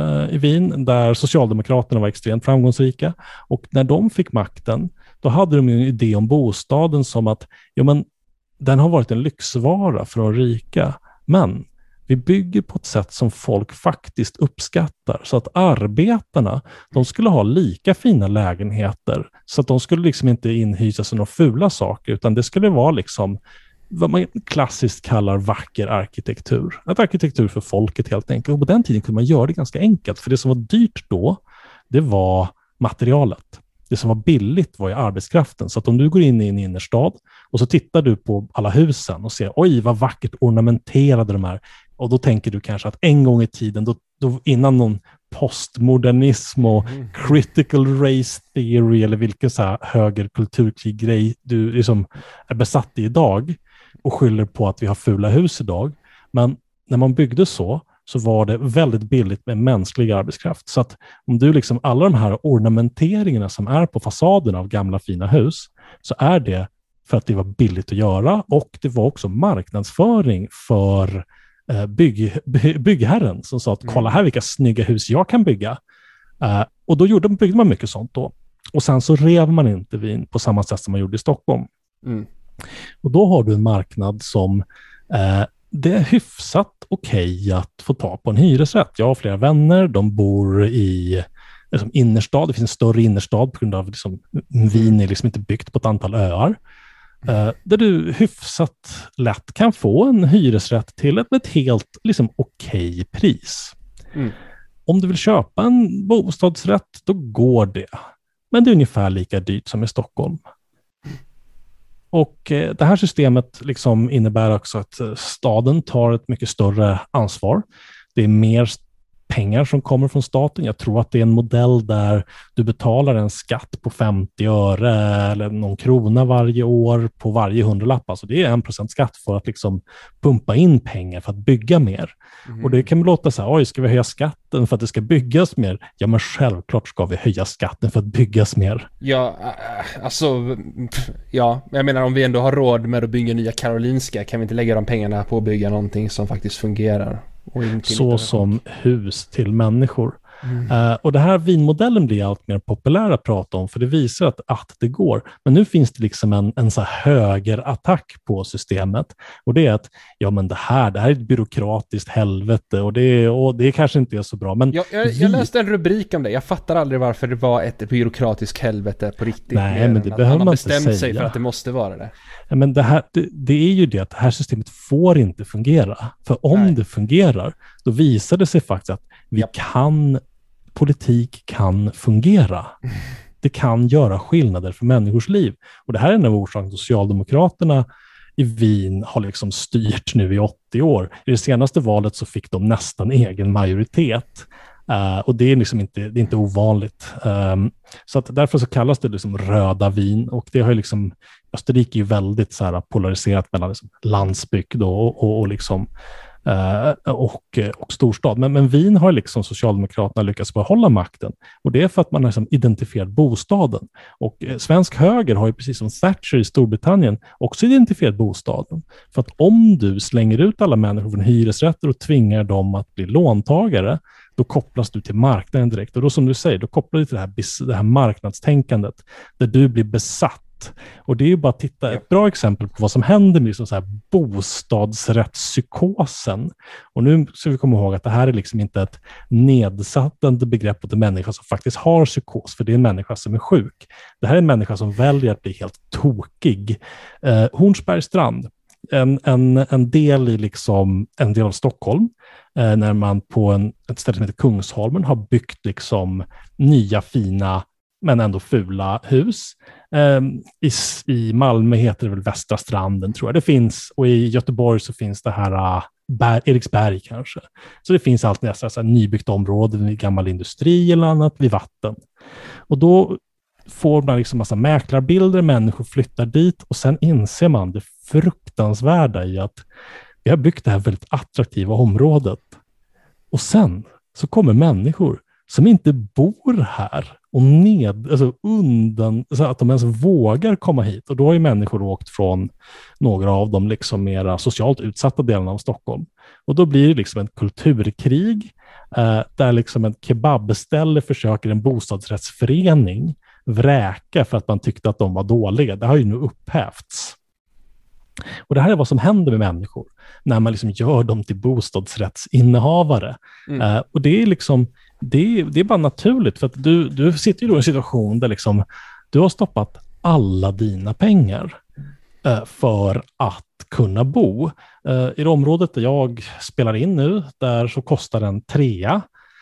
i Wien, där Socialdemokraterna var extremt framgångsrika, och när de fick makten, då hade de en idé om bostaden som att ja, men, den har varit en lyxvara för de rika, men vi bygger på ett sätt som folk faktiskt uppskattar, så att arbetarna, de skulle ha lika fina lägenheter, så att de skulle liksom inte inhysas i några fula saker, utan det skulle vara liksom vad man klassiskt kallar vacker arkitektur. Ett arkitektur för folket helt enkelt. Och på den tiden kunde man göra det ganska enkelt. För det som var dyrt då, det var materialet. Det som var billigt var ju arbetskraften. Så att om du går in i en innerstad och så tittar du på alla husen och ser, oj vad vackert ornamenterade de är. Och då tänker du kanske att en gång i tiden, då, då innan någon postmodernism och critical race theory eller vilken så här högerkulturkrig-grej du liksom är besatt i idag, och skyller på att vi har fula hus idag. Men när man byggde så, så var det väldigt billigt med mänsklig arbetskraft. Så att om du liksom, alla de här ornamenteringarna som är på fasaden av gamla fina hus, så är det för att det var billigt att göra, och det var också marknadsföring för eh, bygg, by, byggherren som sa att kolla här vilka snygga hus jag kan bygga. Eh, och då gjorde, byggde man mycket sånt då. Och sen så rev man inte Wien på samma sätt som man gjorde i Stockholm. Mm. Och då har du en marknad som eh, det är hyfsat okej okay att få ta på en hyresrätt. Jag har flera vänner, de bor i liksom, innerstad. Det finns en större innerstad på grund av liksom, Wien är liksom inte byggt på ett antal öar. Eh, där du hyfsat lätt kan få en hyresrätt till ett, ett helt liksom, okej okay pris. Mm. Om du vill köpa en bostadsrätt, då går det. Men det är ungefär lika dyrt som i Stockholm. Och eh, det här systemet liksom innebär också att eh, staden tar ett mycket större ansvar. Det är mer pengar som kommer från staten. Jag tror att det är en modell där du betalar en skatt på femtio öre eller någon krona varje år på varje hundralapp. Alltså det är en procent skatt för att liksom pumpa in pengar för att bygga mer. Mm. Och det kan låta så här, oj, ska vi höja skatten för att det ska byggas mer? Ja, men självklart ska vi höja skatten för att byggas mer. Ja, alltså, ja, jag menar om vi ändå har råd med att bygga nya Karolinska, kan vi inte lägga de pengarna på att bygga någonting som faktiskt fungerar? Så som hus till människor. Mm. Uh, och det här vinmodellen blir allt mer populär att prata om, för det visar att, att det går. Men nu finns det liksom en, en så här högerattack på systemet. Och det är att ja, men det här, det här är ett byråkratiskt helvete och det, och det kanske inte är så bra. Men jag, jag, vi... jag läste en rubrik om det. Jag fattar aldrig varför det var ett byråkratiskt helvete på riktigt. Nej, men det behöver man inte säga. Han har bestämt sig för att det måste vara det. Ja, men det, här, det, det är ju det att det här systemet får inte fungera. För om Nej. det fungerar, då visar det sig faktiskt att vi Japp. kan, politik kan fungera. Det kan göra skillnader för människors liv. Och det här är en av orsakerna till Socialdemokraterna i Wien har liksom styrt nu i åttio år. I det senaste valet så fick de nästan egen majoritet. Uh, och det är liksom inte, det är inte ovanligt. Um, så att därför så kallas det liksom röda Wien. Och det har ju liksom, Österrike är ju väldigt så här polariserat mellan liksom landsbygd och, och, och liksom Uh, och, och storstad. Men, men Wien har liksom Socialdemokraterna lyckats behålla makten. Och det är för att man har liksom identifierat bostaden. Och eh, svensk höger har ju precis som Thatcher i Storbritannien också identifierat bostaden. För att om du slänger ut alla människor från hyresrätter och tvingar dem att bli låntagare, då kopplas du till marknaden direkt. Och då som du säger, då kopplar du till det här, det här marknadstänkandet där du blir besatt. Och det är ju bara att titta, ett bra exempel på vad som händer med liksom så här bostadsrättspsykosen. Och nu ska vi komma ihåg att det här är liksom inte ett nedsattande begrepp åt en människa som faktiskt har psykos, för det är en människa som är sjuk. Det här är en människa som väljer att bli helt tokig. Eh, Hornsbergsstrand, en, en, en del i liksom, en del av Stockholm, eh, när man på en, ett ställe som heter Kungsholmen har byggt liksom nya fina men ändå fula hus. Eh, i, I Malmö heter det väl Västra stranden, tror jag. Det finns, och i Göteborg så finns det här uh, Ber, Eriksberg kanske. Så det finns alltid nästan så här nybyggt område vid gammal industri eller annat vid vatten. Och då får man liksom massa mäklarbilder, människor flyttar dit och sen inser man det fruktansvärda i att vi har byggt det här väldigt attraktiva området. Och sen så kommer människor som inte bor här och ned, alltså undan, så att de ens vågar komma hit. Och då har ju människor åkt från några av de liksom mera socialt utsatta delarna av Stockholm. Och då blir det liksom ett kulturkrig eh, där liksom en kebabställe försöker en bostadsrättsförening vräka för att man tyckte att de var dåliga. Det har ju nu upphävts. Och det här är vad som händer med människor när man liksom gör dem till bostadsrättsinnehavare. Mm. Uh, och det är liksom det är, det är bara naturligt, för att du, du sitter ju då i en situation där liksom du har stoppat alla dina pengar uh, för att kunna bo. Uh, I det området där jag spelar in nu, där så kostar en trea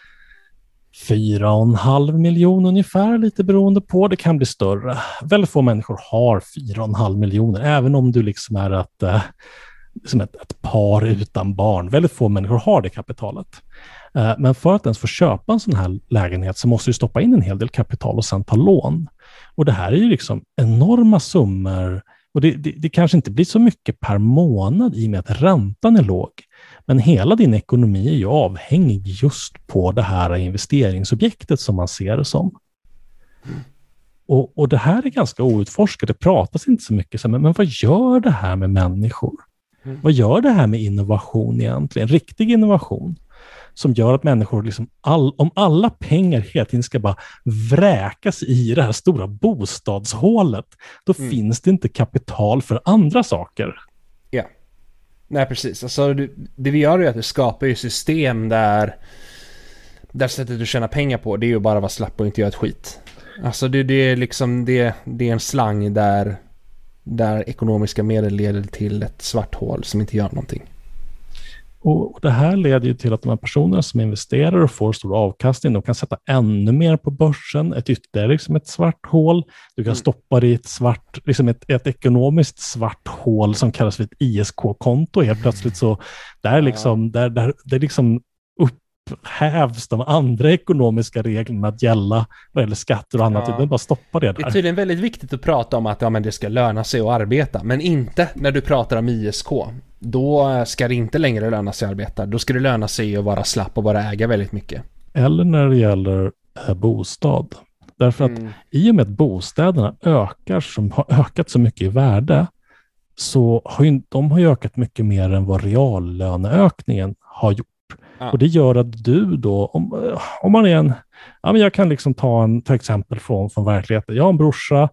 Fyra och en halv miljon ungefär, lite beroende på. Det kan bli större. Väldigt få människor har fyra och en halv miljoner, även om du liksom är ett, eh, som ett, ett par utan barn. Väldigt få människor har det kapitalet. Eh, men för att ens få köpa en sån här lägenhet så måste du stoppa in en hel del kapital och sen ta lån. Och det här är ju liksom enorma summor. Och det, det, det kanske inte blir så mycket per månad i och med att räntan är låg. Men hela din ekonomi är ju avhängig just på det här investeringsobjektet som man ser det som. Mm. Och, och det här är ganska outforskat. Det pratas inte så mycket. Men, men vad gör det här med människor? Mm. Vad gör det här med innovation egentligen? Riktig innovation som gör att människor, liksom all, om alla pengar hela tiden ska bara vräkas i det här stora bostadshålet, då mm. finns det inte kapital för andra saker. Ja. Nej, precis. Alltså, det, det vi gör är att vi skapar ju system där där sättet du tjänar pengar på, det är ju bara att vara slapp och inte göra ett skit. Alltså det, det är liksom det, det är en slang där där ekonomiska medel leder till ett svart hål som inte gör någonting. Och det här leder ju till att de här personerna som investerar och får stor avkastning, de kan sätta ännu mer på börsen, ett ytterligare liksom ett svart hål. Du kan mm. stoppa det i ett svart, liksom ett, ett ekonomiskt svart hål som kallas för ett I S K-konto. Helt plötsligt så där liksom, där, där, där liksom upphävs de andra ekonomiska reglerna att gälla vad gäller skatter och annat. Ja. Du bara stoppa det där. Det är tydligen väldigt viktigt att prata om att ja, men det ska löna sig att arbeta, men inte när du pratar om I S K. Då ska det inte längre löna sig att arbeta. Då ska det löna sig att vara slapp och bara äga väldigt mycket. Eller när det gäller eh, bostad. Därför att mm. i och med att bostäderna ökar, som har ökat så mycket i värde, så har ju, de har ju ökat mycket mer än vad reallöneökningen har gjort. Ah. Och det gör att du då, om, om man är en, ja men jag kan liksom ta en ta exempel från, från verkligheten. Jag har en brorsa.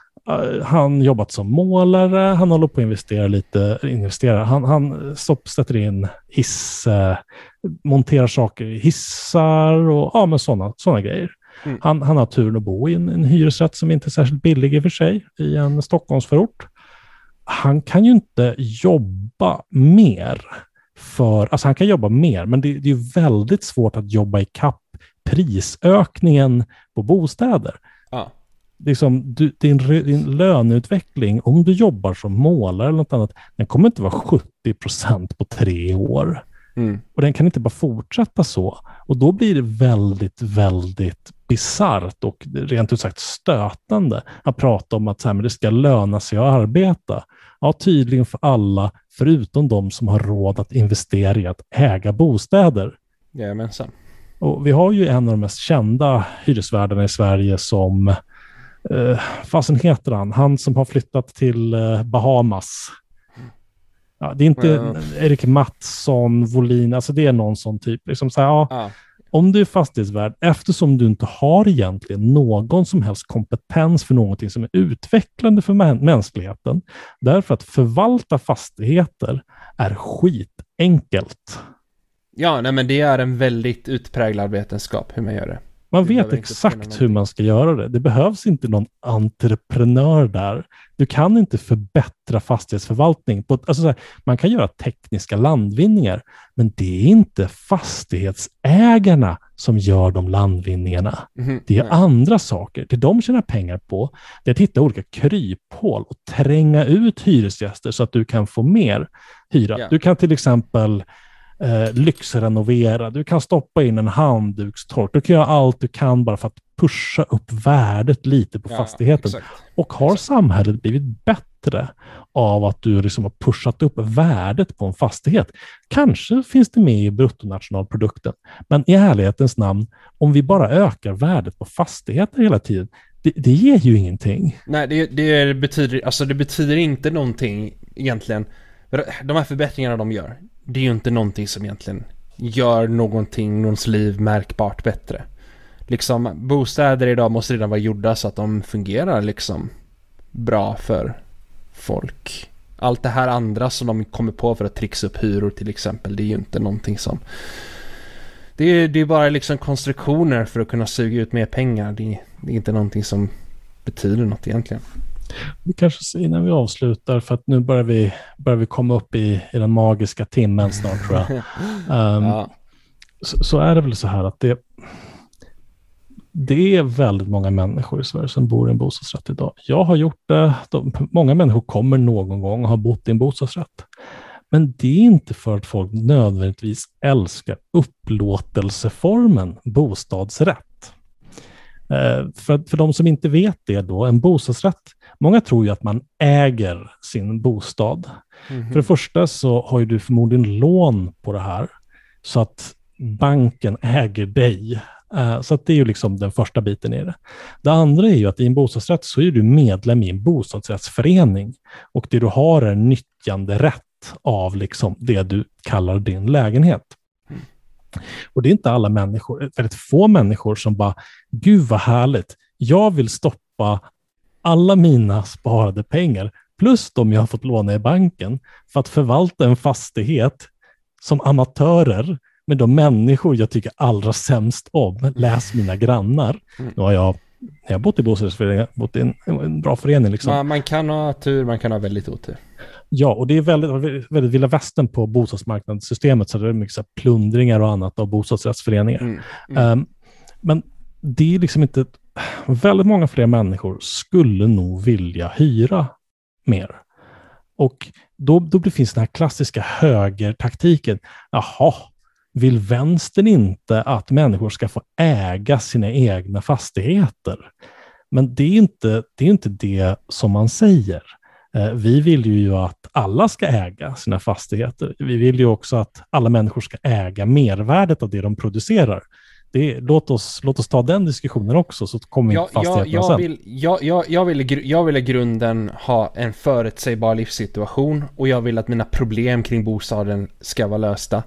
Han jobbat som målare, han håller på att investera lite, investera. Han, han stopp, sätter in hiss, eh, monterar saker i hissar och ja, men sådana såna grejer. Mm. Han, han har turen att bo i en, en hyresrätt som inte är särskilt billig i och för sig, i en Stockholmsförort. Han kan ju inte jobba mer för, alltså han kan jobba mer, men det, det är ju väldigt svårt att jobba i kapp prisökningen på bostäder. Ja. Liksom, du, din, din löneutveckling, om du jobbar som målare eller något annat, den kommer inte vara sjuttio procent på tre år. Mm. Och den kan inte bara fortsätta så. Och då blir det väldigt, väldigt bisarrt och rent ut sagt stötande att prata om att så här, men det ska löna sig att arbeta. Ja, tydligen för alla, förutom de som har råd att investera i att äga bostäder. Jajamensan. Och vi har ju en av de mest kända hyresvärdarna i Sverige som Uh, fasen heter han? Han som har flyttat till uh, Bahamas. Ja, det är inte mm. Erik Mattsson, Volin, alltså det är någon sån typ. Liksom så här, ja, ah. Om du är fastighetsvärd, eftersom du inte har egentligen någon som helst kompetens för någonting som är utvecklande för mä- mänskligheten, därför att förvalta fastigheter är skitenkelt. Ja, nej, men det är en väldigt utpräglad vetenskap hur man gör det. Man vet exakt hur man ska göra det. Det behövs inte någon entreprenör där. Du kan inte förbättra fastighetsförvaltning. På, alltså så här, man kan göra tekniska landvinningar, men det är inte fastighetsägarna som gör de landvinningarna. Mm, det är nej. andra saker. Det de tjänar pengar på, det är att hitta olika kryphål och tränga ut hyresgäster så att du kan få mer hyra. Yeah. Du kan till exempel Eh, lyxrenovera, du kan stoppa in en handdukstork, du kan göra allt du kan bara för att pusha upp värdet lite på ja, fastigheten. Exakt. Och har exakt. samhället blivit bättre av att du liksom har pushat upp värdet på en fastighet? Kanske finns det med i bruttonationalprodukten, men i ärlighetens namn, om vi bara ökar värdet på fastigheter hela tiden, det, det ger ju ingenting. Nej, det, det, betyder, alltså det betyder inte någonting egentligen. De här förbättringarna de gör, det är ju inte någonting som egentligen gör någonting, någons liv märkbart bättre. Liksom, bostäder idag måste redan vara gjorda så att de fungerar liksom bra för folk. Allt det här andra som de kommer på för att trixa upp hyror till exempel, det är ju inte någonting som... Det är, det är bara liksom konstruktioner för att kunna suga ut mer pengar. Det är, det är inte någonting som betyder något egentligen. Vi kanske ser innan vi avslutar, för att nu börjar vi, börjar vi komma upp i, i den magiska timmen snart, tror jag. Um, ja. så, så är det väl så här att det, det är väldigt många människor i Sverige som bor i en bostadsrätt idag. Jag har gjort det. De, många människor kommer någon gång och har bott i en bostadsrätt. Men det är inte för att folk nödvändigtvis älskar upplåtelseformen bostadsrätt. Uh, för, för de som inte vet det då, en bostadsrätt, många tror ju att man äger sin bostad. Mm-hmm. För det första så har ju du förmodligen lån på det här, så att banken äger dig. Uh, så att det är ju liksom den första biten i det. Det andra är ju att i en bostadsrätt så är du medlem i en bostadsrättsförening, och det du har är nyttjande rätt av liksom det du kallar din lägenhet. Mm. Och det är inte alla människor, väldigt få människor som bara, gud vad härligt, jag vill stoppa alla mina sparade pengar plus de jag har fått låna i banken för att förvalta en fastighet som amatörer med de människor jag tycker allra sämst om. Läs mina grannar. Mm. Nu har jag, jag har bott i bostadsrättsförening, bott i en, en bra förening. Liksom. Man, man kan ha tur, man kan ha väldigt otur. Ja, och det är väldigt, väldigt vilda västern på bostadsmarknadssystemet, så det är mycket så här plundringar och annat av bostadsrättsföreningar. Mm. Mm. Um, men det är liksom inte... Väldigt många fler människor skulle nog vilja hyra mer. Och då, då finns den här klassiska högertaktiken. Jaha, vill vänstern inte att människor ska få äga sina egna fastigheter? Men det är inte det, är inte det som man säger. Vi vill ju att alla ska äga sina fastigheter. Vi vill ju också att alla människor ska äga mervärdet av det de producerar. Det är, låt, oss, låt oss ta den diskussionen också, så kommer ja, fastigheterna jag, jag sen. Vill, jag, jag, jag, vill, jag vill i grunden ha en förutsägbar livssituation, och jag vill att mina problem kring bostaden ska vara lösta.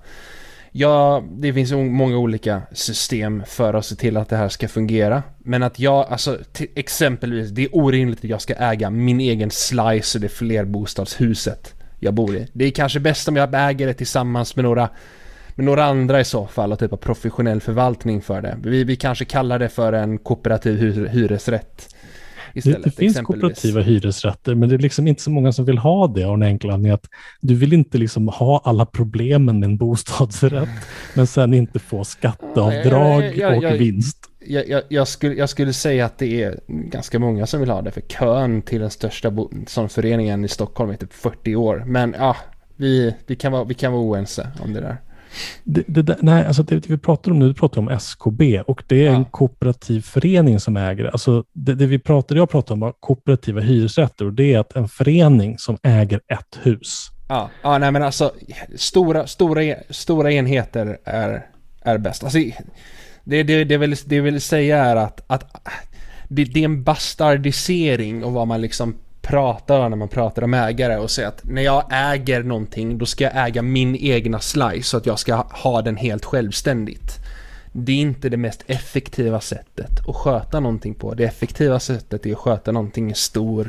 Ja, det finns många olika system för att se till att det här ska fungera. Men att jag, alltså till, exempelvis, det är orimligt att jag ska äga min egen slice i det flerbostadshuset jag bor i. Det är kanske bäst om jag äger det tillsammans med några med några andra i så fall, och typ av professionell förvaltning för det. Vi, vi kanske kallar det för en kooperativ hyr, hyresrätt istället. Det, det finns kooperativa hyresrätter, men det är liksom inte så många som vill ha det, av en enkel anledning att du vill inte liksom ha alla problemen med en bostadsrätt men sen inte få skatteavdrag ja, jag, jag, jag, och vinst. Jag, jag, jag, skulle, jag skulle säga att det är ganska många som vill ha det, för kön till den största bo- som föreningen i Stockholm är typ fyrtio år. Men ja, vi, vi, kan vara, vi kan vara oense om det där. Det, det, nej, alltså det vi pratar om nu, vi pratar om S K B, och det är ja. en kooperativ förening som äger. Alltså det, det vi pratar, jag pratar om var kooperativa hyresrätter, och det är att en förening som äger ett hus. Ja, ja nej men alltså stora, stora, stora enheter är, är bäst. Alltså, det, det, det, vill, det vill säga är att, att det, det är en bastardisering av vad man liksom pratar när man pratar om ägare, och säga att när jag äger någonting, då ska jag äga min egna slice så att jag ska ha den helt självständigt. Det är inte det mest effektiva sättet att sköta någonting på. Det effektiva sättet är att sköta någonting i stor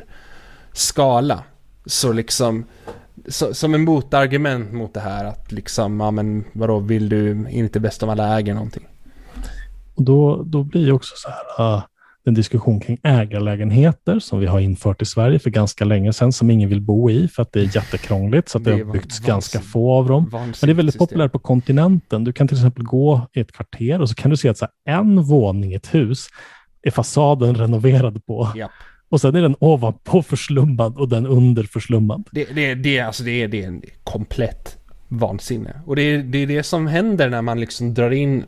skala. Så liksom så, som en motargument mot det här att liksom, ja men vadå, vill du inte bäst om alla äger någonting? Och då, då blir också så här uh, en diskussion kring ägarlägenheter som vi har infört i Sverige för ganska länge sedan som ingen vill bo i för att det är jättekrångligt så att det, det har byggts ganska få av dem. Men det är väldigt system. populärt på kontinenten. Du kan till exempel gå i ett kvarter och så kan du se att så här, en våning i ett hus är fasaden renoverad på. Ja. Och sen är den ovanpå förslummad och den under förslummad. Det, det, det, alltså det, är, det är en komplett vansinne. Och det är, det är det som händer när man liksom drar in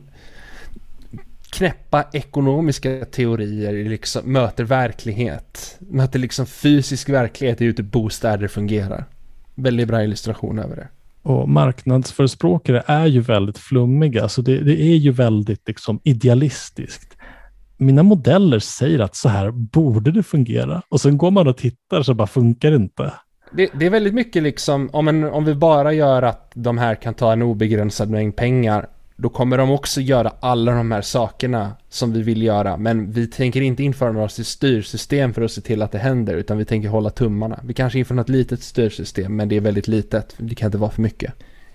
knäppa ekonomiska teorier liksom möter verklighet. Möter liksom fysisk verklighet ute i bostäder fungerar. Väldigt bra illustration över det. Och marknadsförespråkare är ju väldigt flummiga. Så det, det är ju väldigt liksom idealistiskt. Mina modeller säger att så här borde det fungera. Och sen går man och tittar så bara funkar det inte. Det, det är väldigt mycket liksom, om, en, om vi bara gör att de här kan ta en obegränsad mängd pengar, då kommer de också göra alla de här sakerna som vi vill göra. Men vi tänker inte införa oss ett styrsystem för att se till att det händer, utan vi tänker hålla tummarna. Vi kanske inför något litet styrsystem, men det är väldigt litet. Det kan inte vara för mycket.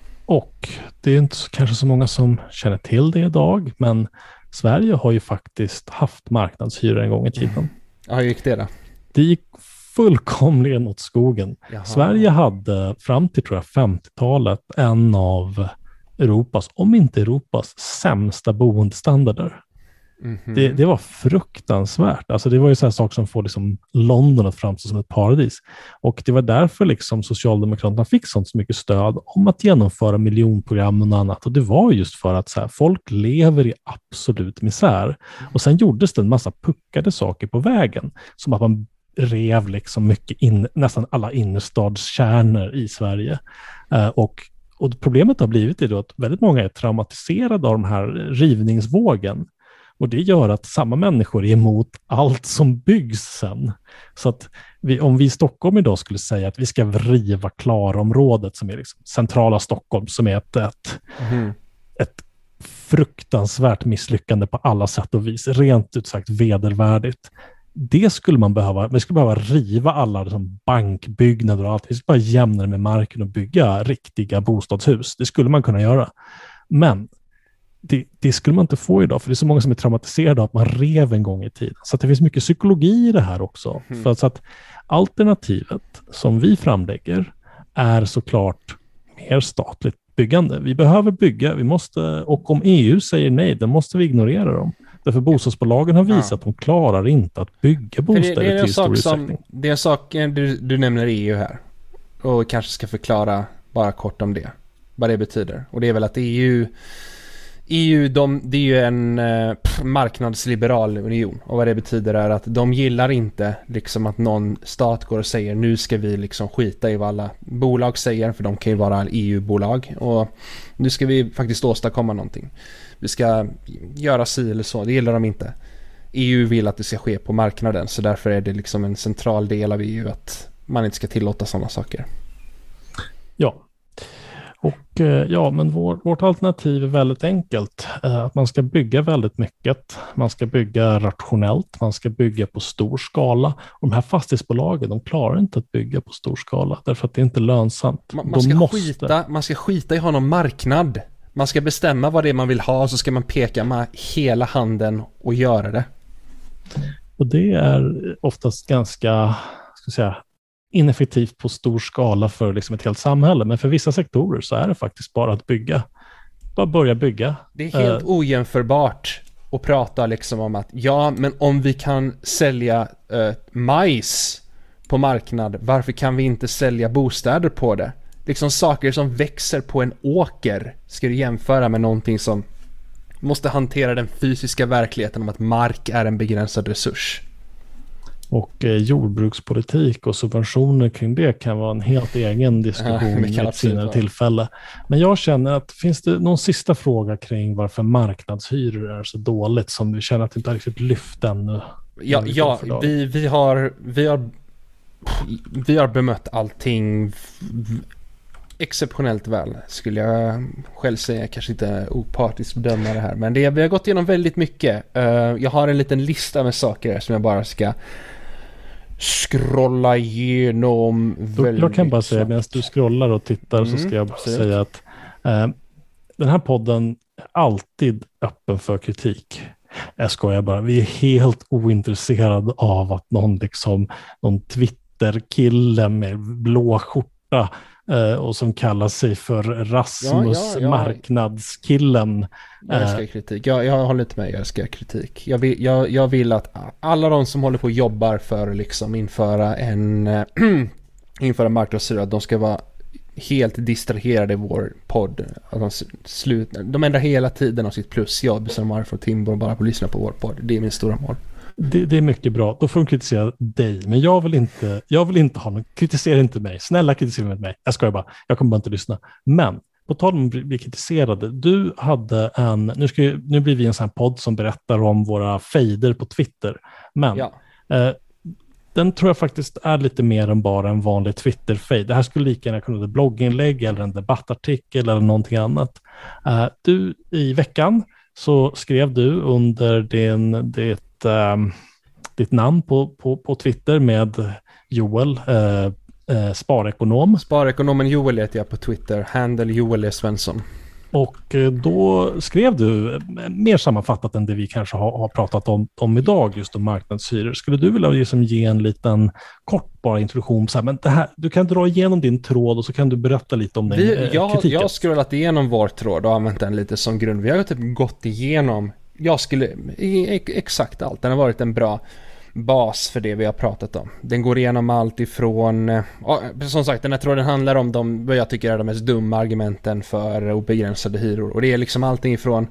Och det är inte så, kanske så många som känner till det idag, men Sverige har ju faktiskt haft marknadshyror en gång i tiden. Mm. Ja, hur gick det då? Det gick fullkomligen åt skogen. Jaha. Sverige hade fram till tror jag femtiotalet en av Europas, om inte Europas, sämsta boendestandarder. Mm-hmm. Det, det var fruktansvärt. Alltså det var ju så här saker som får liksom London att framstå som ett paradis. Och det var därför liksom Socialdemokraterna fick sånt så mycket stöd om att genomföra miljonprogram och annat. Och det var just för att så här, folk lever i absolut misär. Och sen gjordes det en massa puckade saker på vägen. Som att man rev liksom mycket in, nästan alla innerstadskärnor i Sverige. Uh, och Och problemet har blivit det då att väldigt många är traumatiserade av den här rivningsvågen. Och det gör att samma människor är emot allt som byggs sen. Så att vi, om vi i Stockholm idag skulle säga att vi ska riva Klarområdet som är liksom centrala Stockholm, som är ett, ett, mm. ett fruktansvärt misslyckande på alla sätt och vis. Rent ut sagt vedervärdigt. Det skulle man behöva, vi skulle behöva riva alla liksom bankbyggnader och allt. Vi skulle bara jämna det med marken och bygga riktiga bostadshus. Det skulle man kunna göra. Men det, det skulle man inte få idag, för det är så många som är traumatiserade av att man rev en gång i tiden. Så att det finns mycket psykologi i det här också. Mm. För att, så att alternativet som vi framlägger är såklart mer statligt byggande. Vi behöver bygga, vi måste, och om E U säger nej, då måste vi ignorera dem. Därför bostadsbolagen har visat ja. att de klarar inte att bygga bostäder det, det till stor utsträckning. Det är en sak, du, du nämner E U här. Och kanske ska förklara bara kort om det. Vad det betyder. Och det är väl att E U, E U de, det är ju en eh, marknadsliberal union. Och vad det betyder är att de gillar inte liksom att någon stat går och säger nu ska vi liksom skita i vad alla bolag säger, för de kan ju vara E U-bolag. Och nu ska vi faktiskt åstadkomma någonting. Vi ska göra si eller så. Det gillar de inte. E U vill att det ska ske på marknaden, så därför är det liksom en central del av E U att man inte ska tillåta sådana saker. Ja. Och ja, men vår, vårt alternativ är väldigt enkelt. Att man ska bygga väldigt mycket. Man ska bygga rationellt. Man ska bygga på stor skala. Och de här fastighetsbolagen, de klarar inte att bygga på stor skala därför att det är inte lönsamt. Man, man, ska, måste... skita, man ska skita i att ha någon marknad. Man ska bestämma vad det är man vill ha, så ska man peka med hela handen och göra det. Och det är oftast ganska, ska jag säga, ineffektivt på stor skala för liksom ett helt samhälle. Men för vissa sektorer så är det faktiskt bara att bygga. Bara börja bygga. Det är helt uh, ojämförbart att prata liksom om att ja, men om vi kan sälja uh, majs på marknad, varför kan vi inte sälja bostäder på det? Liksom saker som växer på en åker ska du jämföra med någonting som måste hantera den fysiska verkligheten om att mark är en begränsad resurs. Och eh, jordbrukspolitik och subventioner kring det kan vara en helt egen diskussion i ett senare tillfälle. Men jag känner att finns det någon sista fråga kring varför marknadshyror är så dåligt som vi känner att det inte har riktigt lyft ännu? Ja, ja vi, vi, har, vi, har, vi har bemött allting exceptionellt väl, skulle jag själv säga. Kanske inte opartisk bedömare här, men det, vi har gått igenom väldigt mycket. Uh, jag har en liten lista med saker här som jag bara ska scrolla igenom. Jag kan bara säga, medan du scrollar och tittar mm, så ska jag absolut. säga att uh, den här podden är alltid öppen för kritik. Jag skojar bara. Vi är helt ointresserade av att någon liksom, någon Twitter-kille med blå skjorta eh, och som kallar sig för Rasmus Ja, ja, ja. marknadskillen. Jag älskar kritik. Jag, jag håller inte med, jag älskar kritik. Jag vill, jag, jag vill att alla de som håller på och jobbar för att liksom införa en införa marknadshyror, att de ska vara helt distraherade i vår podd. Att de, slut, de ändrar hela tiden av sitt plusjobb som de har från Timbo bara på att lyssna på vår podd. Det är min stora mål. Det, det är mycket bra. Då får de kritisera dig. Men jag vill inte, jag vill inte ha någon. Kritisera inte mig. Snälla kritisera inte mig. Jag skojar bara. Jag kommer bara inte lyssna. Men på tal om att bli kritiserade. Du hade en, nu, ska, nu blir vi en sån här podd som berättar om våra fejder på Twitter. Men ja. eh, den tror jag faktiskt är lite mer än bara en vanlig Twitter-fejd. Det här skulle lika gärna kunna vara ett blogginlägg eller en debattartikel eller någonting annat. Uh, du, i veckan så skrev du under din, ditt, uh, ditt namn på, på, på Twitter med Joel, uh, uh, sparekonom. Sparekonomen Joel heter jag på Twitter. Handle Joel E. Svensson. Och då skrev du mer sammanfattat än det vi kanske har, har pratat om, om idag, just om marknadshyror. Skulle du vilja liksom ge en liten kort bara introduktion? Så här, men det här, du kan dra igenom din tråd och så kan du berätta lite om den vi, eh, jag, kritiken. Jag har scrollat igenom vår tråd och använt den lite som grund. Vi har ju typ gått igenom, jag skulle, exakt allt. Den har varit en bra bas för det vi har pratat om. Den går igenom allt ifrån, som sagt, den här tråden handlar om de, vad jag tycker är de mest dumma argumenten för obegränsade hyror. Och det är liksom allting ifrån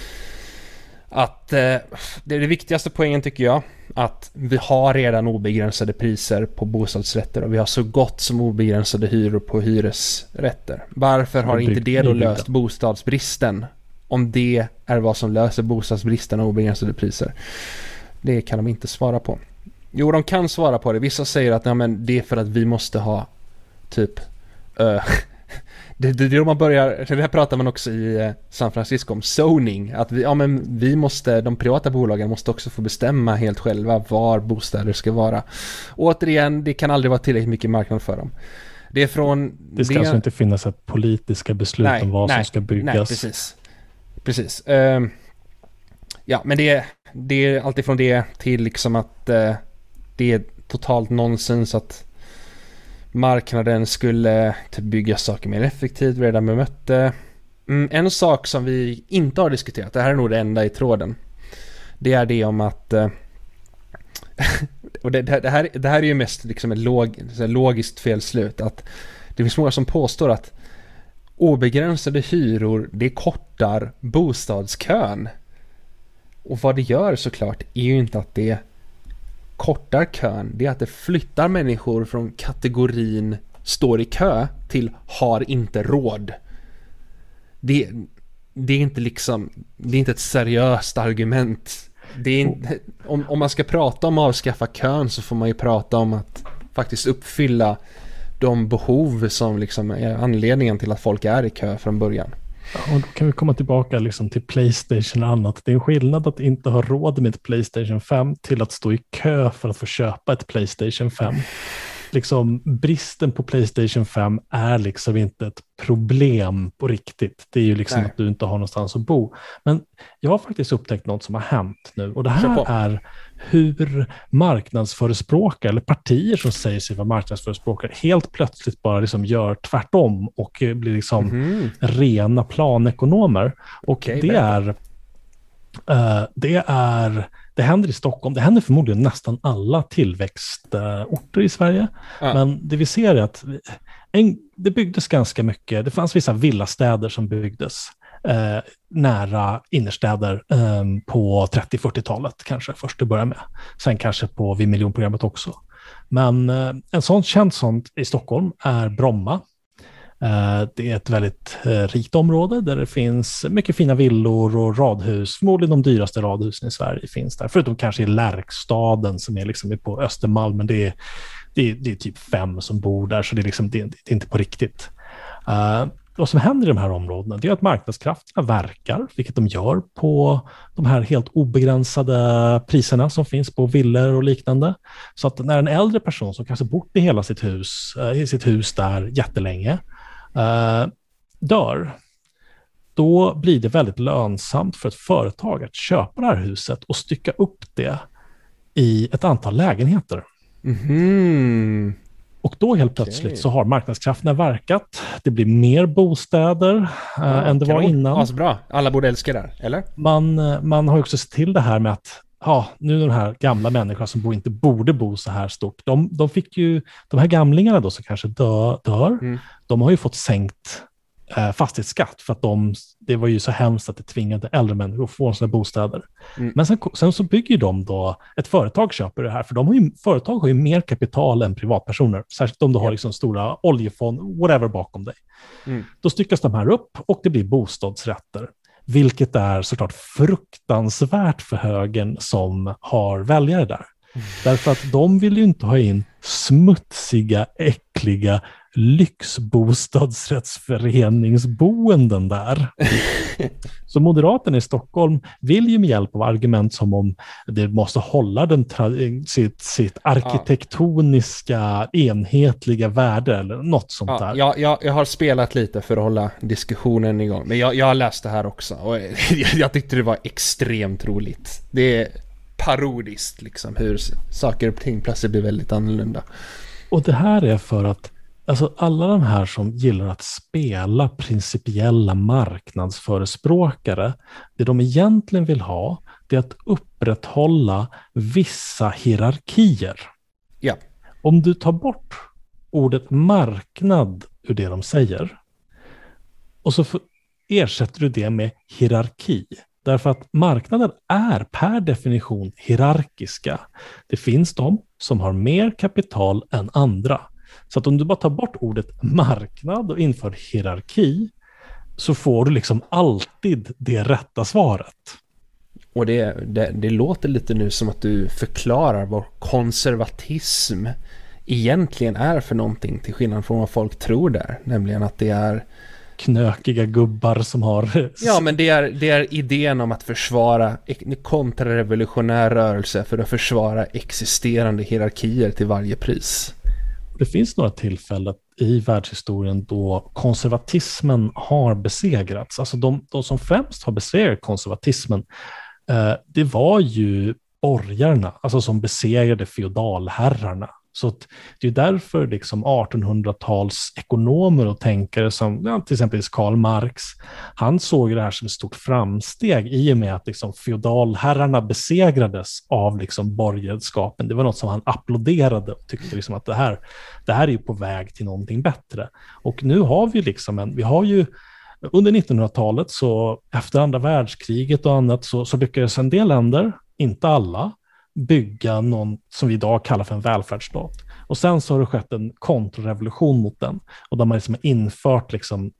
att, eh, det är det viktigaste poängen tycker jag, att vi har redan obegränsade priser på bostadsrätter och vi har så gott som obegränsade hyror på hyresrätter. Varför har inte det då löst bostadsbristen? Om det är vad som löser bostadsbristen och obegränsade priser. Det kan de inte svara på. Jo, de kan svara på det. Vissa säger att ja, men det är för att vi måste ha typ uh, det, det, det man börjar, det här pratar man också i uh, San Francisco om zoning, att vi, ja, men vi måste, de privata bolagen måste också få bestämma helt själva var bostäder ska vara. Återigen, det kan aldrig vara tillräckligt mycket marknad för dem. Det är från det ska det, alltså inte finnas ett politiska beslut nej, om vad nej, som ska byggas. Nej, precis. Precis. Uh, ja, men det är Det är alltid från det till liksom att eh, det är totalt nonsens att marknaden skulle typ bygga saker mer effektivt redan med möte. Mm, en sak som vi inte har diskuterat, det här är nog det enda i tråden, det är det om att eh, och det, det, här, det här är ju mest liksom ett log, logiskt felslut, att det finns många som påstår att obegränsade hyror, det kortar bostadskön. Och vad det gör såklart är ju inte att det kortar kön. Det är att det flyttar människor från kategorin står i kö till har inte råd. Det, det är inte liksom, det är inte ett seriöst argument. Det är inte, om, om man ska prata om att avskaffa kön så får man ju prata om att faktiskt uppfylla de behov som liksom är anledningen till att folk är i kö från början. Och då kan vi komma tillbaka liksom till PlayStation och annat. Det är en skillnad att inte ha råd med ett PlayStation fem till att stå i kö för att få köpa ett PlayStation fem. Liksom, bristen på PlayStation fem är liksom inte ett problem på riktigt. Det är ju liksom Nej. Att du inte har någonstans att bo. Men jag har faktiskt upptäckt något som har hänt nu. Och det här är hur marknadsförespråkare eller partier som säger sig vara marknadsförespråkare helt plötsligt bara liksom gör tvärtom och blir liksom mm-hmm. rena planekonomer. Och okay, det är, uh, det är det händer i Stockholm, det händer förmodligen nästan alla tillväxtorter i Sverige. Ja. Men det vi ser är att en, det byggdes ganska mycket, det fanns vissa villastäder som byggdes eh, nära innerstäder eh, på trettio-fyrtiotalet kanske först att börja med. Sen kanske på vid miljonprogrammet också. Men eh, en sån känd sånt i Stockholm är Bromma. Det är ett väldigt rikt område där det finns mycket fina villor och radhus. Förmodligen de dyraste radhusen i Sverige finns där. Förutom kanske i Lärkstaden som är liksom på Östermalm. Men det är, det är, det är typ fem som bor där, så det är, liksom, det är, det är inte på riktigt. Uh, vad som händer i de här områdena, det är att marknadskrafterna verkar, vilket de gör på de här helt obegränsade priserna som finns på villor och liknande. Så att när en äldre person som kanske bott i hela sitt hus, uh, i sitt hus där jättelänge, Uh, dör, då blir det väldigt lönsamt för ett företag att köpa det här huset och stycka upp det i ett antal lägenheter. Mm. Och då helt Okay. plötsligt så har marknadskrafterna verkat. Det blir mer bostäder Ja, äh, än det var innan. Alltså bra. Alla borde älska det, eller? Man, man har också sett till det här med att ja, nu de här gamla människorna som bo, inte borde bo så här stort, de, de fick ju, de här gamlingarna då som kanske dö, dör, Mm. de har ju fått sänkt eh, fastighetsskatt för att de, det var ju så hemskt att det tvingade äldre människor att få sina bostäder. Mm. Men sen, sen så bygger de då, ett företag köper det här, för de har ju, företag har ju mer kapital än privatpersoner, särskilt om du har liksom stora oljefond, whatever bakom dig. Mm. Då styckas de här upp och det blir bostadsrätter. Vilket är såklart fruktansvärt för högern som har väljare där. Mm. Därför att de vill ju inte ha in smutsiga, äckliga lyxbostadsrättsföreningsboenden där. Så Moderaterna i Stockholm vill ju med hjälp av argument som om det måste hålla den tra- sitt, sitt arkitektoniska enhetliga värde eller något sånt ja, där. Jag, jag, jag har spelat lite för att hålla diskussionen igång, men jag, jag har läst det här också och jag tyckte det var extremt roligt. Det är parodiskt liksom hur saker och ting plötsligt blir väldigt annorlunda. Och det här är för att alltså alla de här som gillar att spela principiella marknadsförespråkare, det de egentligen vill ha, det är att upprätthålla vissa hierarkier. Ja. Om du tar bort ordet marknad ur det de säger och så ersätter du det med hierarki. Därför att marknader är per definition hierarkiska. Det finns de som har mer kapital än andra. Så att om du bara tar bort ordet marknad och inför hierarki så får du liksom alltid det rätta svaret. Och det, det, det låter lite nu som att du förklarar vad konservatism egentligen är för någonting till skillnad från vad folk tror där. Nämligen att det är knökiga gubbar som har... Ja, men det är, det är idén om att försvara kontrarevolutionär rörelse för att försvara existerande hierarkier till varje pris. Det finns några tillfällen i världshistorien då konservatismen har besegrats. Alltså de, de som främst har besegrat konservatismen, eh, det var ju borgarna, alltså som besegrade feodalherrarna. Så att det är därför liksom artonhundratals ekonomer och tänkare som ja, till exempel Karl Marx, han såg det här som ett stort framsteg i och med att liksom feodalherrarna besegrades av liksom borgerskapen. Det var något som han applåderade och tyckte liksom att det här, det här är ju på väg till någonting bättre. Och nu har vi liksom en, vi har ju under nittonhundratalet så efter andra världskriget och annat så, så lyckades en del länder, inte alla, bygga någon som vi idag kallar för en välfärdsstat. Och sen så har det skett en kontrarevolution mot den. Och där man liksom har infört liksom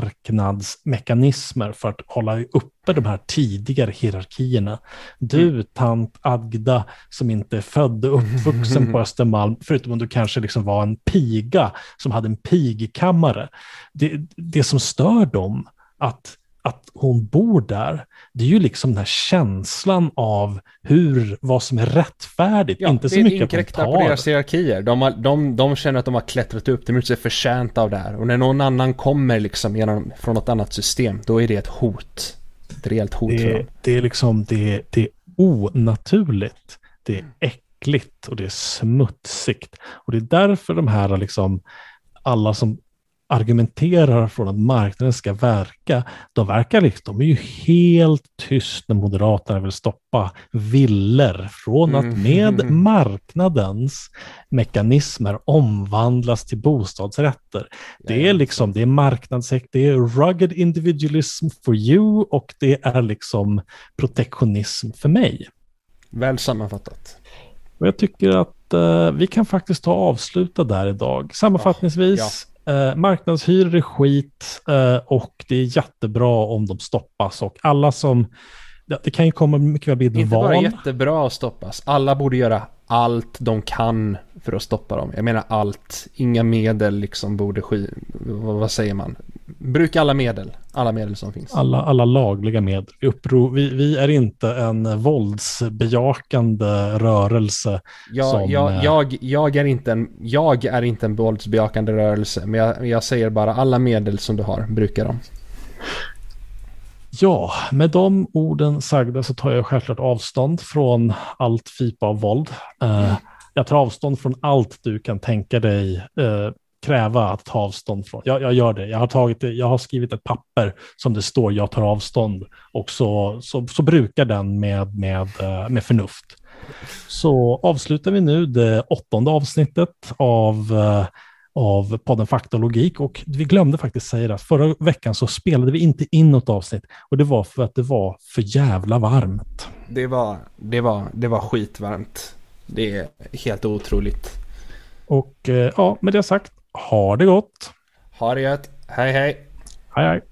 marknadsmekanismer för att hålla uppe de här tidigare hierarkierna. Du, tant Agda, som inte är född och uppvuxen på Östermalm, förutom om du kanske liksom var en piga som hade en pigkammare. Det, det som stör dem att att hon bor där, det är ju liksom den här känslan av hur, vad som är rättfärdigt. Ja, inte så det mycket inkräktar på deras hierarkier. De, har, de, de känner att de har klättrat upp, de är inte förtjänta av det här. Och när någon annan kommer liksom genom, från något annat system, då är det ett hot. Ett rejält hot det, för dem. Det är liksom, det är, det är onaturligt. Det är äckligt och det är smutsigt. Och det är därför de här liksom, alla som argumenterar från att marknaden ska verka, de verkar liksom, de är ju helt tyst när Moderaterna vill stoppa viller från att med marknadens mekanismer omvandlas till bostadsrätter. Det är liksom, det är marknadsäkt, det är rugged individualism for you och det är liksom protektionism för mig. Väl sammanfattat. Och jag tycker att uh, vi kan faktiskt ta och avsluta där idag. Sammanfattningsvis, ja, ja. Uh, marknadshyror är skit uh, och det är jättebra om de stoppas och alla som, det, det kan ju komma mycket väl bli ett Inte val. bara jättebra att stoppas, alla borde göra allt de kan för att stoppa dem. Jag menar allt, inga medel liksom borde sk... vad, vad säger man? Bruka alla medel, alla medel som finns. Alla, alla lagliga medel. Vi, uppro, vi, vi är inte en våldsbejakande rörelse. Ja, som, jag, jag, jag, är inte en, jag är inte en våldsbejakande rörelse, men jag, jag säger bara alla medel som du har, bruka dem. Ja, med de orden sagda så tar jag självklart avstånd från allt fipa av våld. Uh, jag tar avstånd från allt du kan tänka dig uh, kräva att ta avstånd från. Jag, jag gör det. Jag har, tagit det. Jag har skrivit ett papper som det står jag tar avstånd. Och så, så, så brukar den med, med, uh, med förnuft. Så avslutar vi nu det åttonde avsnittet av... Uh, av podden Fakta och Logik, och vi glömde faktiskt säga det. Förra veckan så spelade vi inte in något avsnitt, och det var för att det var för jävla varmt. Det var, det var, det var skitvarmt. Det är helt otroligt. Och ja, med det sagt, ha det gott. Ha det gött. Hej hej. Hej hej.